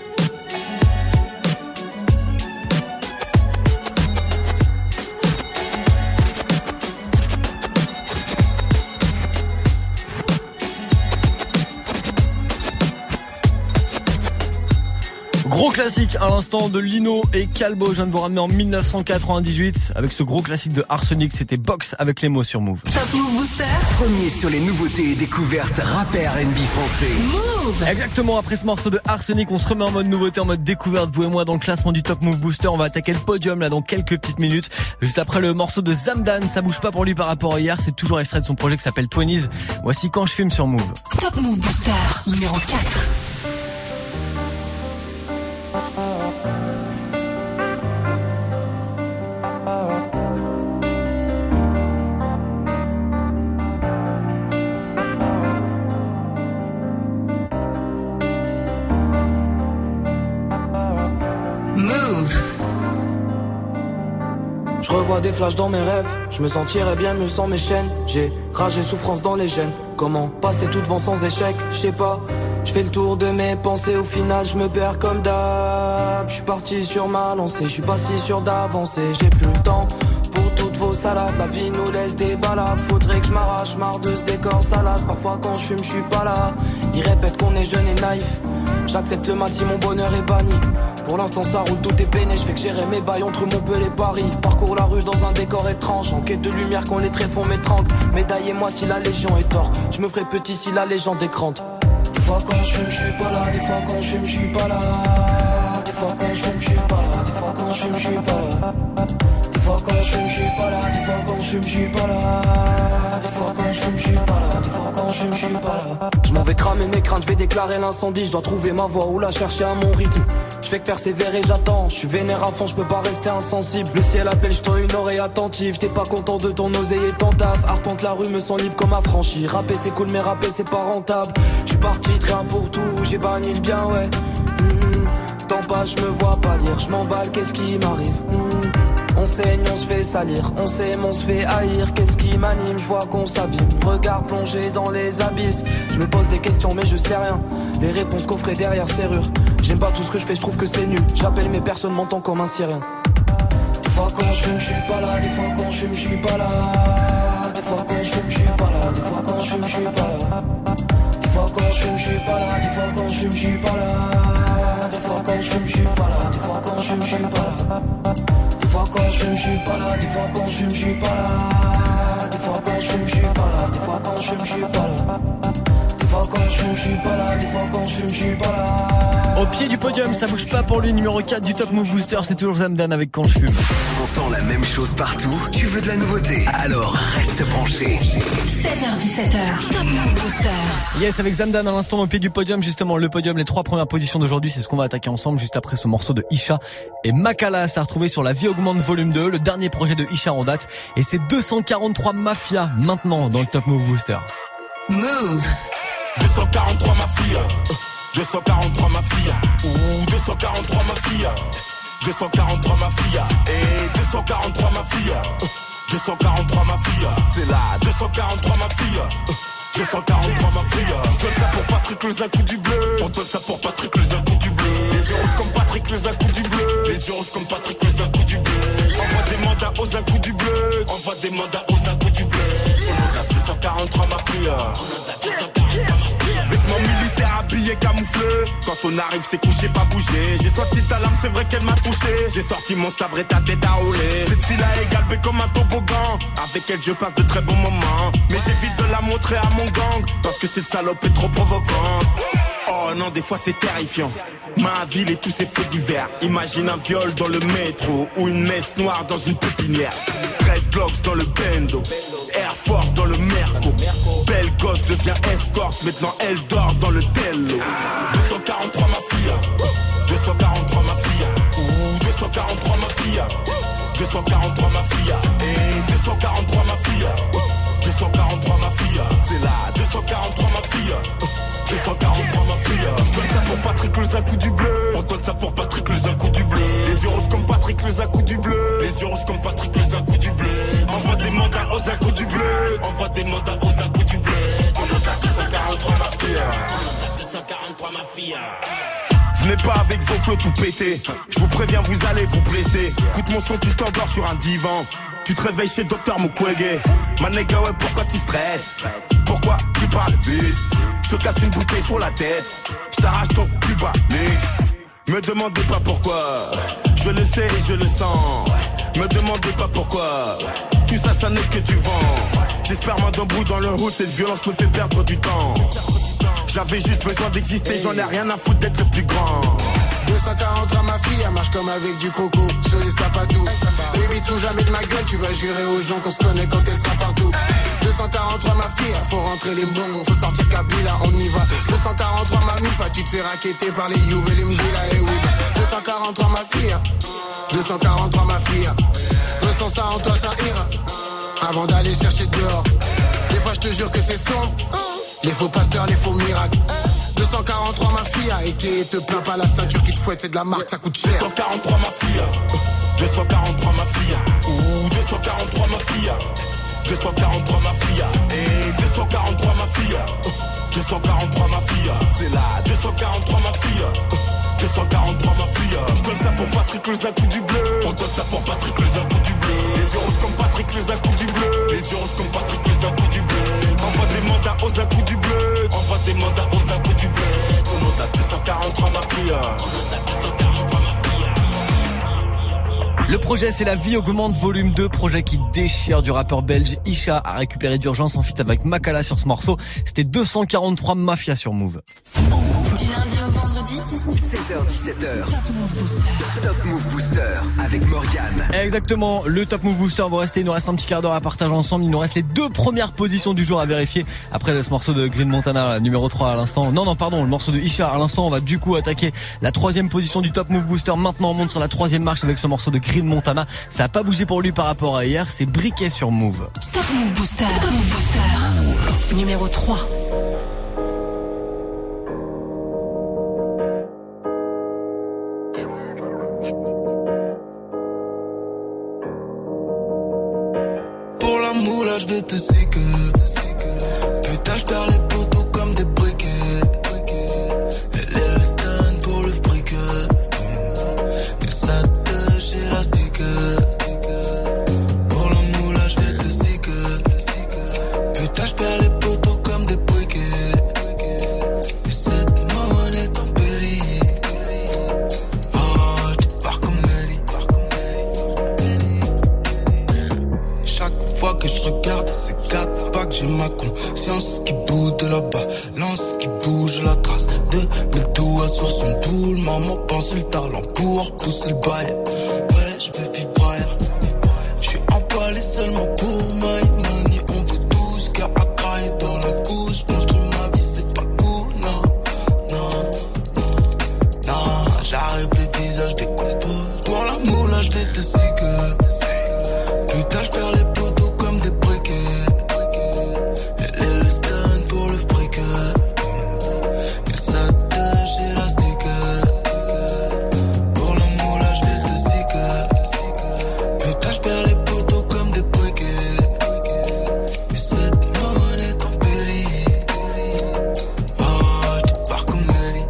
Speaker 1: Gros classique à l'instant de Lino et Calbo. Je viens de vous ramener en mille neuf cent quatre-vingt-dix-huit avec ce gros classique de Arsenic. C'était Box avec les mots sur Move.
Speaker 2: Top Move Booster.
Speaker 3: Premier sur les nouveautés et découvertes rap et R and B français.
Speaker 2: Move.
Speaker 1: Exactement, après ce morceau de Arsenic, on se remet en mode nouveauté, en mode découverte, vous et moi, dans le classement du Top Move Booster. On va attaquer le podium là dans quelques petites minutes. Juste après le morceau de Zamdan, ça bouge pas pour lui par rapport à hier. C'est toujours extrait de son projet qui s'appelle vingt. Voici Quand je fume sur Move.
Speaker 2: Top Move Booster numéro quatre.
Speaker 6: Je revois des flashs dans mes rêves, je me sentirais bien mieux sans mes chaînes. J'ai rage et souffrance dans les gènes. Comment passer tout devant sans échec, je sais pas. Je fais le tour de mes pensées, au final je me perds comme d'hab. Je suis parti sur ma lancée, je suis pas si sûr d'avancer. J'ai plus le temps pour toutes vos salades, la vie nous laisse des balades. Faudrait que je m'arrache, marre de ce décor salace. Parfois quand je fume je suis pas là. Ils répètent qu'on est jeune et naïf. J'accepte le mal si mon bonheur est banni. Pour l'instant ça roule, tout est peiné. Je fais que gérer mes bails entre Montpellier et Paris. Parcours la rue dans un décor étrange, en quête de lumière quand les tréfonds m'étranglent. Médaillez-moi si la légion est tort, je me ferai petit si la légende est grande.
Speaker 12: Des fois quand je fume, je suis pas là. Des fois quand je fume, je suis pas là. Des fois quand je fume, je suis pas là. Des fois quand je fume, je suis pas là. Des fois quand je fume, je suis pas là. Des fois quand je fume, je suis pas là. Des fois quand je fume, je suis pas là. Des fois quand je fume, je suis pas là. Je m'en vais cramer mes craintes, je vais déclarer l'incendie. Je dois trouver ma voie ou la chercher à mon rythme. Je fais que persévérer, j'attends. Je suis vénère à fond, je peux pas rester insensible. Le ciel appelle, je tends une oreille attentive. T'es pas content de ton oseille et ton taf. Arpente la rue, me sens libre comme affranchi. Rapper c'est cool, mais rapper c'est pas rentable. Je suis parti, rien pour tout, j'ai banni le bien, ouais. Mmh. Tant pas, je me vois pas lire, je m'emballe, qu'est-ce qui m'arrive? Mmh. On saigne, on se fait salir, on s'aime, on se fait haïr. Qu'est-ce qui m'anime, je vois qu'on s'abîme. Regard plongé dans les abysses. Je me pose des questions mais je sais rien. Les réponses coffrées derrière serrure. J'aime pas tout ce que je fais, je trouve que c'est nul. J'appelle mais personne m'entend comme un syrien. Des fois quand je fume, je suis pas là. Des fois quand je fume, je suis pas là. Des fois quand je fume, je suis pas là. Des fois quand je fume, je suis pas là. Des fois quand je fume, je suis pas là. Des fois quand je fume, je suis pas là. Des fois quand je fume, je suis pas là. Des fois quand je fume, je suis pas là. Des fois quand je fume, je suis pas là. Des fois quand je fume, je suis pas là. Des fois quand je fume, je suis pas là. Des fois quand je fume, je suis pas là. Des fois quand je fume, je suis pas là. Des fois quand je fume, je suis pas là.
Speaker 1: Au pied du podium, ça bouge pas pour lui, numéro quatre du Top Move Booster, c'est toujours Zamdan avec Quand je fume.
Speaker 3: T'entends la même chose partout, tu veux de la nouveauté, alors reste branché.
Speaker 2: seize heures dix-sept heures, Top Move Booster.
Speaker 1: Yes, avec Zamdan à l'instant au pied du podium, justement le podium, les trois premières positions d'aujourd'hui, c'est ce qu'on va attaquer ensemble juste après ce morceau de Isha et Makala. Ça a retrouvé sur La Vie Augmente volume deux, le dernier projet de Isha en date, et c'est deux cent quarante-trois Mafia maintenant dans le Top Move Booster.
Speaker 2: Move.
Speaker 13: deux cent quarante-trois Mafia. deux cent quarante-trois Mafia. Ouh, deux cent quarante-trois Mafia. deux cent quarante-trois Mafia. Et deux cent quarante-trois Mafia. deux cent quarante-trois Mafia. C'est là, deux cent quarante-trois Mafia. deux cent quarante-trois Mafia. Je donne ça pour Patrick, les un coup du bleu. On donne ça pour Patrick, les un coup du bleu. Les yeux rouges comme Patrick, les un coup du bleu. Les yeux rouges comme Patrick, les un coup du bleu. Envoie des mandats aux un coup du bleu. Envoie des mandats aux un coup du bleu. On a deux cent quarante-trois Mafia. deux cent quarante-trois Mafia. Vêtements militaires habillés camouflés. Quand on arrive c'est couché pas bouger. J'ai sorti ta lame c'est vrai qu'elle m'a touché. J'ai sorti mon sabre et ta tête à rouler. Cette fille là est galbée comme un toboggan. Avec elle je passe de très bons moments. Mais j'évite de la montrer à mon gang. Parce que cette salope est trop provocante. Oh non des fois c'est terrifiant. Ma ville et tous ses faits divers. Imagine un viol dans le métro. Ou une messe noire dans une pépinière. Dreadlocks dans le bendo. Air Force dans le Merco. Belle gosse devient escorte. Maintenant elle dort dans le tello. deux cent quarante-trois Mafia. deux cent quarante-trois Mafia. Ouh, deux cent quarante-trois Mafia. deux cent quarante-trois Mafia. Et deux cent quarante-trois Mafia. deux cent quarante-trois Mafia. C'est là, deux cent quarante-trois Mafia. deux cent quarante-trois Mafia. Je donne ça pour Patrick, les un coup du bleu. On donne ça pour Patrick, les un coup du bleu. Les yeux rouges comme Patrick, les un coup du bleu. Les yeux rouges comme Patrick, les un coup du bleu. Envoie des mandats aux un coup du bleu. Envoie des mandats aux un coup du bleu. On a deux cent quarante-trois Mafia. deux cent quarante-trois Mafia. Venez pas avec vos flots tout pété. Je vous préviens, vous allez vous blesser. Écoute mon son, tu t'endors sur un divan. Tu te réveilles chez Docteur Mukwege. Manega, ouais, pourquoi tu stresses? Pourquoi tu parles vite? Je te casse une bouteille sur la tête. Je t'arrache ton Cuba, mais me demandez pas pourquoi. Je le sais et je le sens. Me demandez pas pourquoi. Tout ça, ça n'est que du vent. J'espère moins d'un bout dans le route. Cette violence me fait perdre du temps. J'avais juste besoin d'exister. J'en ai rien à foutre d'être le plus grand.
Speaker 12: deux cent quarante-trois ma fille, elle marche comme avec du coco sur les sapatous. Baby, tout jamais de ma gueule, tu vas jurer aux gens qu'on se connaît quand elle sera partout. deux cent quarante-trois ma fille, faut rentrer les bons, faut sortir Kabila, on y va. deux cent quarante-trois ma mifa, tu te fais raqueter par les Youves et les Mdila, et oui. deux cent quarante-trois ma fille, deux cent quarante-trois ma fille. Ressens ça en toi, ça ira. Avant d'aller chercher dehors. Des fois je te jure que c'est sombre. Les faux pasteurs, les faux miracles. deux cent quarante-trois ma fille, et qui te plaint pas la ceinture qui te fouette, c'est de la marque, ça coûte cher.
Speaker 13: deux cent quarante-trois ma fille, deux cent quarante-trois ma fille, ouh, deux cent quarante-trois ma fille, deux cent quarante-trois ma fille, et deux cent quarante-trois ma fille, deux cent quarante-trois ma fille, c'est là, deux cent quarante-trois ma fille, deux cent quarante-trois ma fille. Je donne ça pour Patrick, les un coup du bleu. On donne ça pour Patrick, les un coup du bleu. Les yeux rouges comme Patrick, les un coup du bleu. Les yeux rouges comme Patrick, les un coup du bleu. Envoie des mandats aux un coup du bleu. Envoie des mandats aux un coup du bleu. On a deux cent quarante-trois ma fille. On a deux cent quarante-trois ma fille.
Speaker 1: Le projet c'est La Vie Augmente volume deux, projet qui déchire du rappeur belge Isha a récupéré d'urgence en feat avec Makala sur ce morceau. C'était deux cent quarante-trois Mafia sur Move.
Speaker 2: Du lundi au vendredi,
Speaker 3: seize heures dix-sept heures. Top Move Booster. Top Move Booster avec Morgane.
Speaker 1: Exactement, le Top Move Booster va rester, il nous reste un petit quart d'heure à partager ensemble, il nous reste les deux premières positions du jour à vérifier. Après ce morceau de Green Montana, numéro trois à l'instant. Non, non, pardon, le morceau de Isha à l'instant, on va du coup attaquer la troisième position du Top Move Booster. Maintenant, on monte sur la troisième marche avec ce morceau de Green Montana. Ça a pas bougé pour lui par rapport à hier, c'est briquet sur Move.
Speaker 2: Top Move Booster. Top Move Booster. Numéro trois.
Speaker 4: Pour la moula, je vais te séquer. Putain, je perds les poteaux comme des briquets. Elle est le stand pour le fric. Et ça touche élastique. Pour la moula, je vais te séquer. Putain, je perds les poteaux comme des briquets. Et cette monnaie est en péril. Oh, tu pars comme Nelly. Chaque fois que je regarde ces quatre packs, j'ai ma conscience qui bouge de la balance, qui bouge la trace de mes doigts sur son boule. Maman pense le talent pour repousser le bail. Ouais, je vais vivre ailleurs. Je suis emballé seulement pour my money. On veut tous car à crailler dans la couche. Construire ma vie, c'est pas cool, non, non, non. J'arrive, les visages décomposent. Pour la moula, je vais te séquer. Putain, je perds les poteaux comme des briquets. Elle est le stand pour le fric. Et ça touche élastique. Pour la moula, je vais te séquer. Putain, je perds les poteaux comme des briquets. Et cette monnaie est en péril. Oh, tu pars comme Nelly.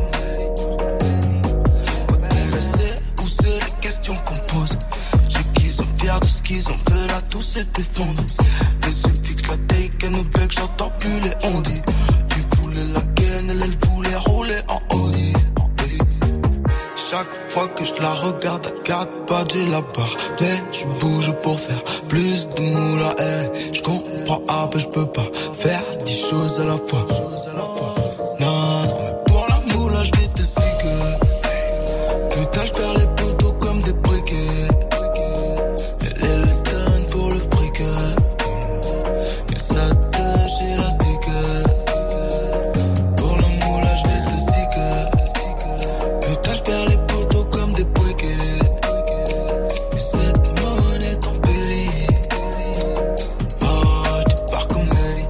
Speaker 4: Ouais, on va c'est où c'est les questions qu'on pose. J'ai qu'ils ont fiers de ce qu'ils ont fait là, tout s'est effondré. Les suffixes, la take, and black, j'entends plus les on dit. Tu voulais la gaine, elle, elle voulait rouler en Audi. Chaque fois que je la regarde, elle garde pas j'ai la barre. Mais je bouge pour faire plus de moula, eh. Je comprends, ah, mais je peux pas faire dix choses à la fois. Non, non, mais pour la moula, je vais te séquer. Putain, je perds les poteaux comme des briquets. Elle est le stand pour le fric. Et ça touche élastique. Pour la moula, je vais te séquer. Putain, je perds les poteaux comme des briquets. Et cette monnaie est en péril. Oh, tu pars comme Nelly.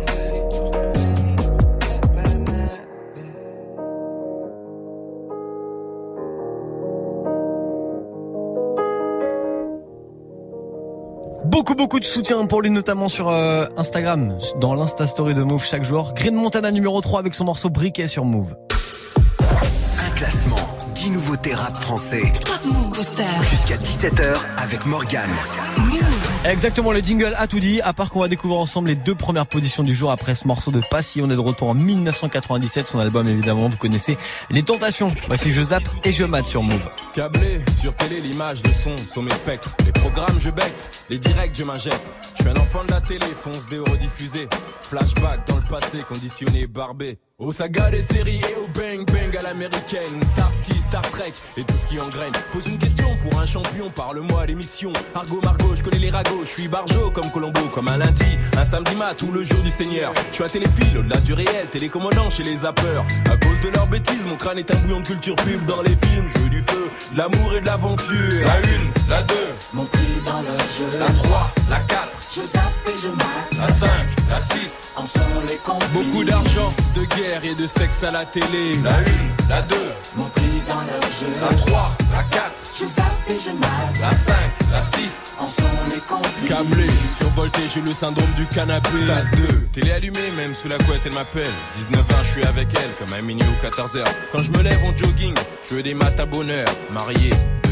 Speaker 1: Beaucoup beaucoup de soutien pour lui, notamment sur euh, Instagram, dans l'Insta Story de Move chaque jour. Green Montana numéro trois avec son morceau briquet sur Move.
Speaker 3: Un classement, dix nouveautés rap français.
Speaker 2: Top Move Booster.
Speaker 3: Jusqu'à dix-sept heures avec Morgane.
Speaker 1: Exactement, le jingle a tout dit, à part qu'on va découvrir ensemble les deux premières positions du jour après ce morceau de Passy. On est de retour en mille neuf cent quatre-vingt-dix-sept, son album évidemment, vous connaissez Les Tentations. Voici Je zappe et je mate sur Move.
Speaker 18: Câblé sur télé, l'image, le son sont mes spectres. Les programmes je bec, les directs je m'injecte. Je suis un enfant de la télé, fonce des rediffusés. Flashback dans le passé, conditionné, barbé. Aux sagas des séries et au bang bang à l'américaine. Starsky, Star Trek et tout ce qui engraine. Pose une question pour un champion, parle-moi à l'émission. Argot Margot, je connais les ragots. Je suis barjo comme Colombo, comme un lundi, un samedi mat ou le jour du Seigneur. Je suis un téléphile, au-delà du réel, télécommandant chez les zappeurs. À cause de leurs bêtises, mon crâne est un bouillon de culture pub. Dans les films, je veux du feu, de l'amour et de l'aventure. La une, la deux,
Speaker 12: mon prix dans le jeu.
Speaker 18: La trois, la quatre,
Speaker 12: je zappe et je mate.
Speaker 18: La cinq, la six,
Speaker 12: en sont les complices.
Speaker 18: Beaucoup d'argent, de guerre et de sexe à la télé. La une, la deux,
Speaker 12: mon prix dans le jeu.
Speaker 18: La trois, la quatre,
Speaker 12: je zappe et je mate.
Speaker 18: La cinq, la six,
Speaker 12: en sont les complices.
Speaker 18: Câblé, survolté, j'ai le syndrome du canapé. Stade deux, télé allumée, même sous la couette elle m'appelle. dix-neuf ans, je suis avec elle, comme à minuit ou quatorze heures. Quand je me lève en jogging, je veux des maths à bonheur. Marié,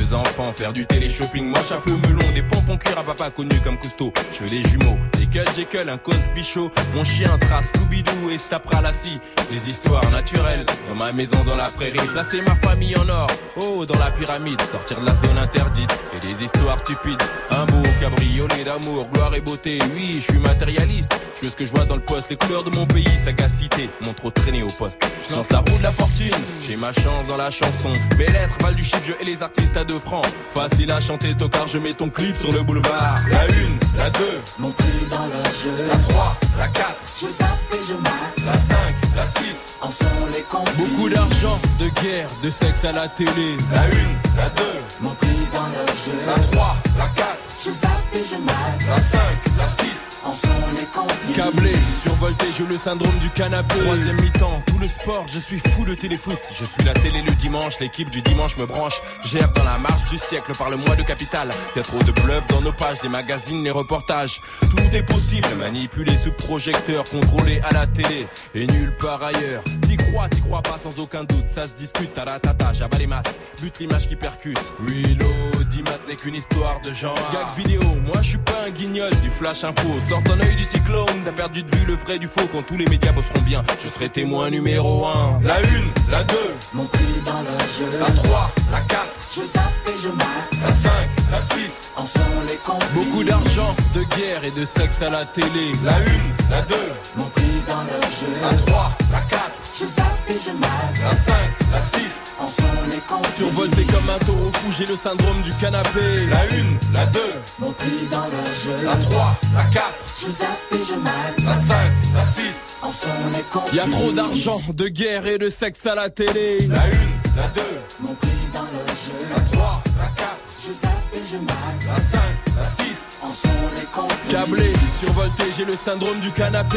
Speaker 18: deux enfants, faire du télé-shopping, moi chapeau melon, des pompons cuir à papa connu comme Cousteau. Je veux des jumeaux, des Cut Jekyll, un Cosby Show. Mon chien sera Scooby-Doo et se tapera la scie. Des histoires naturelles, dans ma maison dans la prairie. Placer ma famille en or, oh dans la pyramide. Sortir de la zone interdite et des histoires stupides. Un beau cabriolet d'amour, gloire et beauté. Oui, je suis matérialiste, je veux ce que je vois dans le poste. Les couleurs de mon pays, sagacité, mon trop traîné au poste. Je lance la roue de la fortune, j'ai ma chance dans la chanson. Mes lettres valent du chiffre, je et les artistes à deux francs. Facile à chanter, tocard, je mets ton clip sur le boulevard. La une, la deux,
Speaker 12: mon prix dans le jeu.
Speaker 18: La trois, la quatre,
Speaker 12: je zappe et je mate.
Speaker 18: La cinq, la six,
Speaker 12: en sont les complices.
Speaker 18: Beaucoup d'argent, de guerre, de sexe à la télé. La une, la deux,
Speaker 12: mon prix dans le jeu.
Speaker 18: La trois, la quatre,
Speaker 12: je zappe et je mate.
Speaker 18: La cinq, la six,
Speaker 12: en sont les complices.
Speaker 18: Câblé, survolté, j'ai le syndrome du canapé. Troisième mi-temps, tout le sport, je suis fou de téléfoot. Je suis la télé le dimanche, l'équipe du dimanche me branche. Gère dans la marche du siècle, parle-moi de capital. Y'a trop de bluff dans nos pages, les magazines, les reportages. Tout est possible, manipulé sous projecteur, contrôlé à la télé et nulle part ailleurs. T'y crois, t'y crois pas sans aucun doute, ça se discute à la tata, j'abats les masques, bute l'image qui percute. Oui, l'audimat n'est qu'une histoire de genre. Gag vidéo, moi je suis pas un guignol du flash info. Sors ton œil du cyclone, t'as perdu de vue le vrai du faux. Quand tous les médias bosseront bien, je serai témoin numéro un. La une, la deux,
Speaker 12: mon prix dans le jeu.
Speaker 18: La trois, la quatre,
Speaker 12: je zappe et je mate.
Speaker 18: La cinq, la six,
Speaker 12: en sont les complices.
Speaker 18: Beaucoup d'argent, de guerre et de sexe à la télé. La une, la deux,
Speaker 12: mon prix dans le jeu.
Speaker 18: La trois, la quatre,
Speaker 12: je zappe et je mate.
Speaker 18: La cinq, la six,
Speaker 12: en sont les complices.
Speaker 18: Survolté comme un taureau fou, j'ai le syndrome du canapé. La une, la deux,
Speaker 12: mon prix dans le jeu.
Speaker 18: La trois, la quatre,
Speaker 12: je zappe et je mate.
Speaker 18: La cinq, la six,
Speaker 12: en sont les complices.
Speaker 18: Y'a trop d'argent, de guerre et de sexe à la télé. La une, la deux,
Speaker 12: mon prix dans le jeu.
Speaker 18: La trois, la quatre,
Speaker 12: je zappe et je mate.
Speaker 18: La cinq, la six,
Speaker 12: en sont les complices.
Speaker 18: Câblé, survolté, j'ai le syndrome du canapé.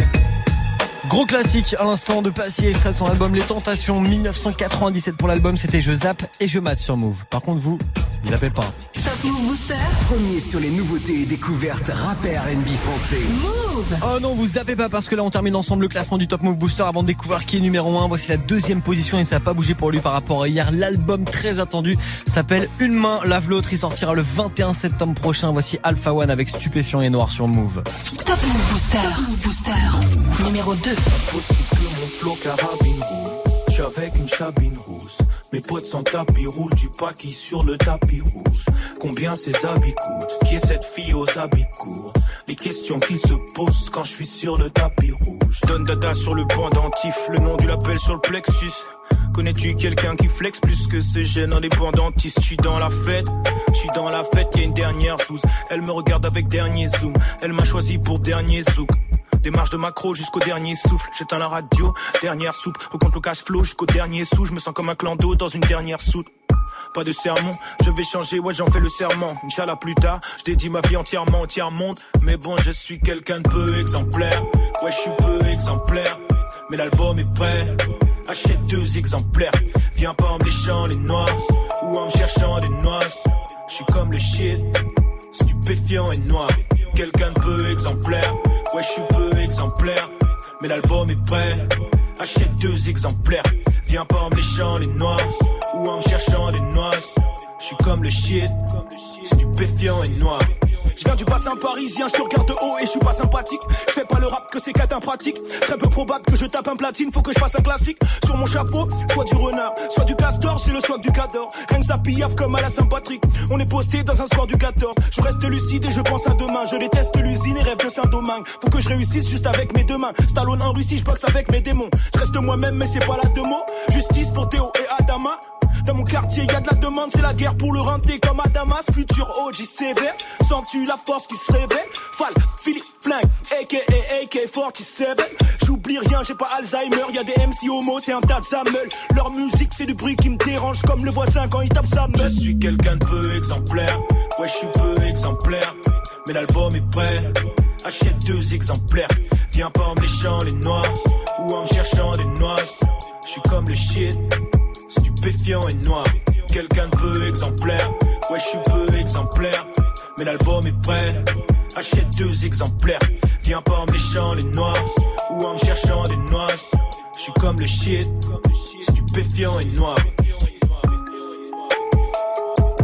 Speaker 1: Gros classique à l'instant de Passy, extrait de son album Les Tentations dix-neuf cent quatre-vingt-dix-sept pour l'album, c'était Je zappe et je mate sur Move. Par contre vous, vous zappez pas.
Speaker 2: Top Move Booster.
Speaker 3: Premier sur les nouveautés et découvertes rap et R and B français.
Speaker 2: Move.
Speaker 1: Oh non, vous zappez pas parce que là on termine ensemble le classement du Top Move Booster avant de découvrir qui est numéro un. Voici la deuxième position et ça n'a pas bougé pour lui par rapport à hier. L'album très attendu s'appelle Une main lave l'autre. Il sortira le vingt et un septembre prochain. Voici Alpha One avec Stupéfiant et Noir sur Move.
Speaker 2: Top Move Booster. Top Move Booster. Numéro deux.
Speaker 5: Impossible que mon flow carabine roule. J'suis avec une chabine rousse. Mes potes sans tapis roulent du paquis sur le tapis rouge. Combien ces habits coûtent? Qui est cette fille aux habits courts? Les questions qu'ils se posent quand je suis sur le tapis rouge. Donne dada sur le pendentif, le nom du label sur le plexus. Connais-tu quelqu'un qui flex plus que ce jeune indépendantiste? Je suis dans la fête, je suis dans la fête, y'a une dernière sous. Elle me regarde avec dernier zoom, elle m'a choisi pour dernier zouk. Démarche de macro jusqu'au dernier souffle. J'éteins la radio, dernière soupe. Recompte le cash flow jusqu'au dernier sou. Je me sens comme un clan d'eau dans une dernière soute. Pas de sermon, je vais changer, ouais j'en fais le serment. Inch'Allah plus tard, je dédie ma vie entièrement au tiers-monde. Mais bon, je suis quelqu'un de peu exemplaire. Ouais, je suis peu exemplaire, mais l'album est prêt. Achète deux exemplaires. Viens pas en me léchant les noix ou en me cherchant des noises. Je suis comme le shit, stupéfiant et noir. Quelqu'un de peu exemplaire. Ouais, je suis peu exemplaire, mais l'album est prêt. Achète deux exemplaires. Viens pas en me léchant les noix ou en me cherchant des noises. Je suis comme le shit, stupéfiant et noir. Je viens du bassin parisien, je te regarde de haut et je suis pas sympathique. Je fais pas le rap que c'est qu'être pratique. Très peu probable que je tape un platine, faut que je fasse un classique. Sur mon chapeau, soit du renard, soit du castor, j'ai le swag du cador. Rien que ça piaffe comme à la Saint-Patrick. On est posté dans un score du quatorze. Je reste lucide et je pense à demain. Je déteste l'usine et rêve de Saint-Domingue. Faut que je réussisse juste avec mes deux mains. Stallone en Russie, je boxe avec mes démons. Je reste moi-même mais c'est pas la deux mots. Justice pour Théo et Adama. Dans mon quartier y'a de la demande, c'est la guerre pour le renter comme à Damas. Futur O G sévère, sens-tu la force qui se réveille? Fall, Philippe, Flingue, A K A A K quarante-sept. J'oublie rien, j'ai pas Alzheimer, y'a des M C homo, c'est un tas de zammeul. Leur musique c'est du bruit qui me dérange comme le voisin quand il tape sa meule. Je suis quelqu'un de peu exemplaire, ouais je suis peu exemplaire, mais l'album est prêt. Achète deux exemplaires, viens pas en me léchant les noix ou en me cherchant des noises. Je suis comme le shit, stupéfiant et noir. Quelqu'un de peu exemplaire, ouais je suis peu exemplaire, mais l'album est prêt. Achète deux exemplaires, viens pas en me léchant les noix ou en me cherchant des noises. Je suis comme le shit, stupéfiant et noir.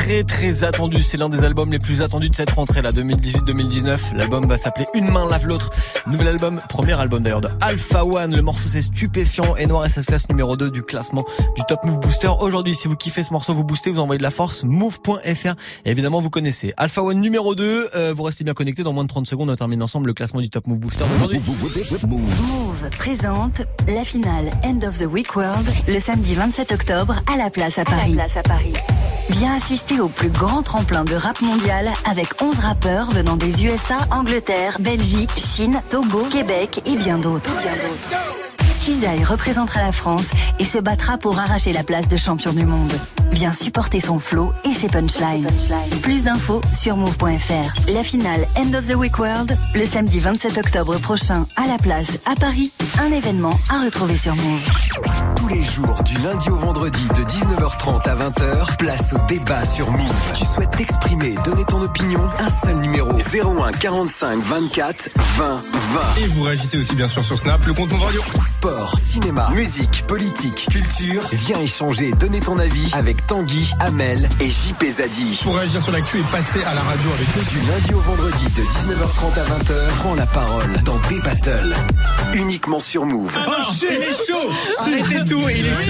Speaker 1: très très attendu. C'est l'un des albums les plus attendus de cette rentrée là, deux mille dix-huit deux mille dix-neuf. L'album va s'appeler Une main lave l'autre. Nouvel album, premier album d'ailleurs de Alpha One. Le morceau c'est Stupéfiant et Noir et ça se classe numéro deux du classement du Top Move Booster. Aujourd'hui, si vous kiffez ce morceau, vous boostez, vous envoyez de la force, move point f r. Et évidemment, vous connaissez Alpha One numéro deux. Euh, vous restez bien connectés. Dans moins de trente secondes, on termine ensemble le classement du Top Move Booster d'aujourd'hui.
Speaker 2: Move présente la finale End of the Week World le samedi vingt-sept octobre à la place à Paris. À la place à Paris. Viens assister au plus grand tremplin de rap mondial avec onze rappeurs venant des U S A, Angleterre, Belgique, Chine, Togo, Québec et bien d'autres. Bien d'autres. Cisaille représentera la France et se battra pour arracher la place de champion du monde. Viens supporter son flow et ses punchlines. Plus d'infos sur move point f r. La finale End of the Week World, le samedi vingt-sept octobre prochain à la place à Paris. Un événement à retrouver sur Move.
Speaker 3: Tous les jours, du lundi au vendredi de dix-neuf heures trente à vingt heures, place au débat sur Move. Tu souhaites t'exprimer, donner ton opinion? Un seul numéro, zéro un quarante-cinq vingt-quatre vingt vingt.
Speaker 19: Et vous réagissez aussi bien sûr sur Snap, le compte Move Radio.
Speaker 3: Sport, cinéma, musique, politique, culture. Viens échanger, donner ton avis avec Tanguy, Amel et J P Zadi.
Speaker 19: Pour réagir sur l'actu et passer à la radio avec nous.
Speaker 3: Du lundi au vendredi de dix-neuf heures trente à vingt heures, prends la parole dans Des Battles. Uniquement sur Move.
Speaker 19: Ah non, il est chaud. Arrêtez tout, il est chaud.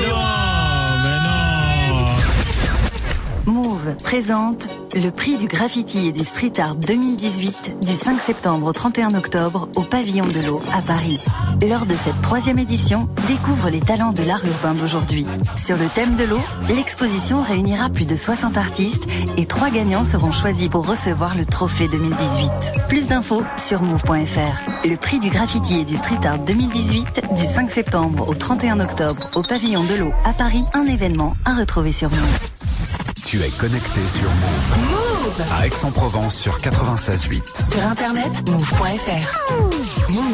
Speaker 2: Move présente le prix du graffiti et du street art deux mille dix-huit du cinq septembre au trente et un octobre au Pavillon de l'Eau à Paris. Lors de cette troisième édition, découvre les talents de l'art urbain d'aujourd'hui. Sur le thème de l'eau, l'exposition réunira plus de soixante artistes et trois gagnants seront choisis pour recevoir le trophée deux mille dix-huit. Plus d'infos sur move point f r. Le prix du graffiti et du street art deux mille dix-huit du cinq septembre au trente et un octobre au Pavillon de l'Eau à Paris. Un événement à retrouver sur Move.
Speaker 20: Tu es connecté sur Move.
Speaker 2: Move
Speaker 20: à Aix-en-Provence sur quatre-vingt-seize virgule huit.
Speaker 2: Sur internet, move point f r. Move.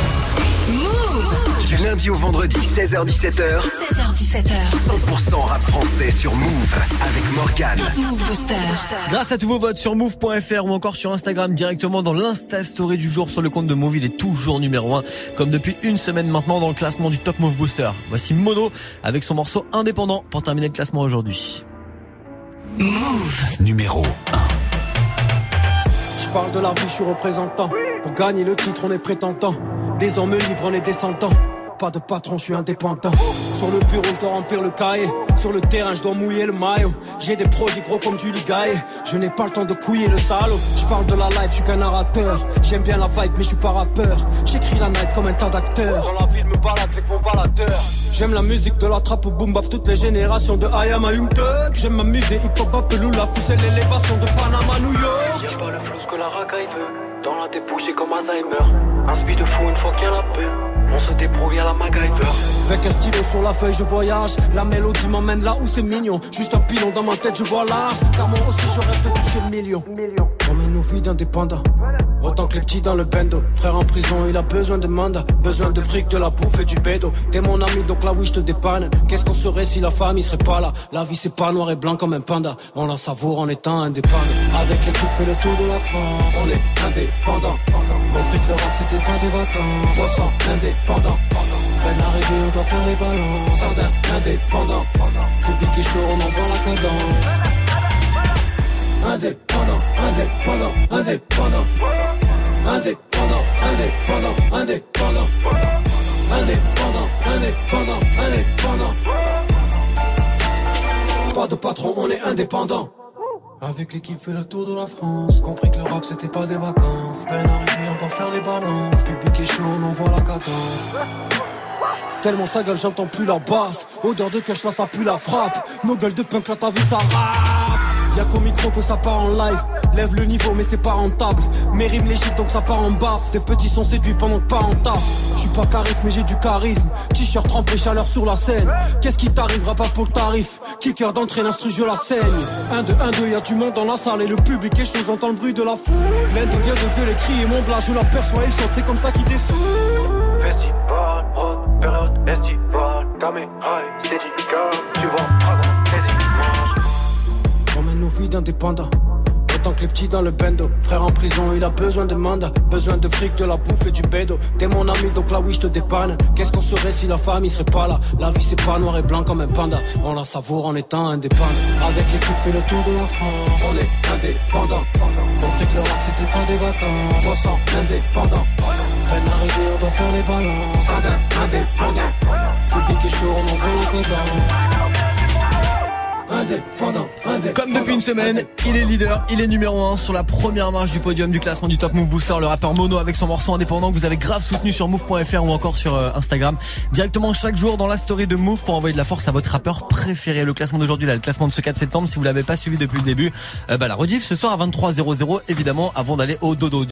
Speaker 2: Move.
Speaker 3: Du lundi au vendredi, seize heures dix-sept heures.
Speaker 2: seize heures dix-sept heures.
Speaker 3: cent pour cent rap français sur Move avec Morgane.
Speaker 2: Move Booster.
Speaker 1: Grâce à tous vos votes sur move point f r ou encore sur Instagram directement dans l'Insta Story du jour sur le compte de Move, il est toujours numéro un comme depuis une semaine maintenant dans le classement du Top Move Booster. Voici Mono avec son morceau Indépendant pour terminer le classement aujourd'hui.
Speaker 20: Move numéro un.
Speaker 6: Je parle de la vie, je suis représentant. Pour gagner le titre, on est prétentant. Des hommes libres, on est descendants. Pas de patron, je suis indépendant. Sur le bureau, je dois remplir le cahier. Sur le terrain, je dois mouiller le maillot. J'ai des projets gros comme Julie Gaillet. Je n'ai pas le temps de couiller le salaud. Je parle de la life, je suis qu'un narrateur. J'aime bien la vibe, mais je suis pas rappeur. J'écris la night comme un tas d'acteurs. Dans la ville, me balade avec mon baladeur. J'aime la musique de la trappe au boom bap, toutes les générations de I am a Young Thug. J'aime m'amuser, hip hop, Apelula, pousser l'élévation de Panama, New York.
Speaker 7: Y'a pas le flou que la racaille veut. Dans la débouche, j'ai comme Alzheimer. Un speed de fou une fois qu'il y a la paix. On se débrouille à la MacGyver.
Speaker 6: Avec un stylo sur la feuille, je voyage. La mélodie m'emmène là où c'est mignon. Juste un pilon dans ma tête, je vois large. Car moi aussi, je rêve de toucher le million. On mène nos vies d'indépendants. Autant que les petits dans le bendo. Frère en prison, il a besoin de mandat. Besoin de fric, de la bouffe et du bédo. T'es mon ami, donc là oui, je te dépanne. Qu'est-ce qu'on serait si la famille serait pas là? La vie, c'est pas noir et blanc comme un panda. On la savoure en étant indépendant. Avec l'équipe, fait le tour de la France. On est indépendant. Compris que le rap, c'était pas des vacances. trois cents indépendant. Peine arrivée, on doit faire les balances. Jardin indépendant. Public est chaud, on envoie la cadence. Indépendant, indépendant, indépendant. Indépendant, indépendant, indépendant. Indépendant, indépendant, indépendant. Pas de patron, on est indépendant. Avec l'équipe fait le tour de la France. Compris que le rap c'était pas des vacances. Peine arrivée, on doit faire les balances. Public est chaud, on envoie la cadence. Tellement sa gueule, j'entends plus la basse. Odeur de cash, là ça pue la frappe. Nos gueules de punk, là t'as vu ça rap. Y'a qu'au micro que ça part en live. Lève le niveau mais c'est pas rentable. Mes rimes les chiffres donc ça part en baffe. Tes petits sont séduits pendant que pas en taf. J'suis pas charisme mais j'ai du charisme. T-shirt trempé, chaleur sur la scène. Qu'est-ce qui t'arrivera pas pour le tarif? Kicker d'entrée, l'instru je la saigne. Un, deux, un, deux, y'a du monde dans la salle. Et le public est chaud, j'entends le bruit de la foule. L'Inde vient de gueuler, crier mon blas. Je l'aperçois, il saute, c'est comme ça qu'il descend.
Speaker 7: Festival, road, période estivale. Caméra et Steadicam, tu vois, dragon, quasi mange.
Speaker 6: On mène nos vies d'indépendants. temps que les petits dans le bendo. Frère en prison, il a besoin de mandat, besoin de fric, de la bouffe et du bédo. T'es mon ami, donc là oui je te dépanne. Qu'est-ce qu'on serait si la famille serait pas là? La vie c'est pas noir et blanc comme un panda. On la savoure en étant indépendant. Avec l'équipe fait le tour de la France. On est indépendant. Compris que le rap c'était pas des vacances. trois cents indépendants. Peine arrivée, on doit faire les balances. Indépendant. Public est chaud, on envoie les codances. Indépendant, indépendant.
Speaker 1: Comme depuis une semaine, il est leader, il est numéro un sur la première marche du podium du classement du Top Move Booster, le rappeur Mono avec son morceau indépendant que vous avez grave soutenu sur move point f r ou encore sur euh, Instagram. Directement chaque jour dans la story de Move pour envoyer de la force à votre rappeur préféré. Le classement d'aujourd'hui, là, le classement de ce quatre septembre, si vous l'avez pas suivi depuis le début, euh, bah la rediff ce soir à vingt-trois heures évidemment avant d'aller au dodo.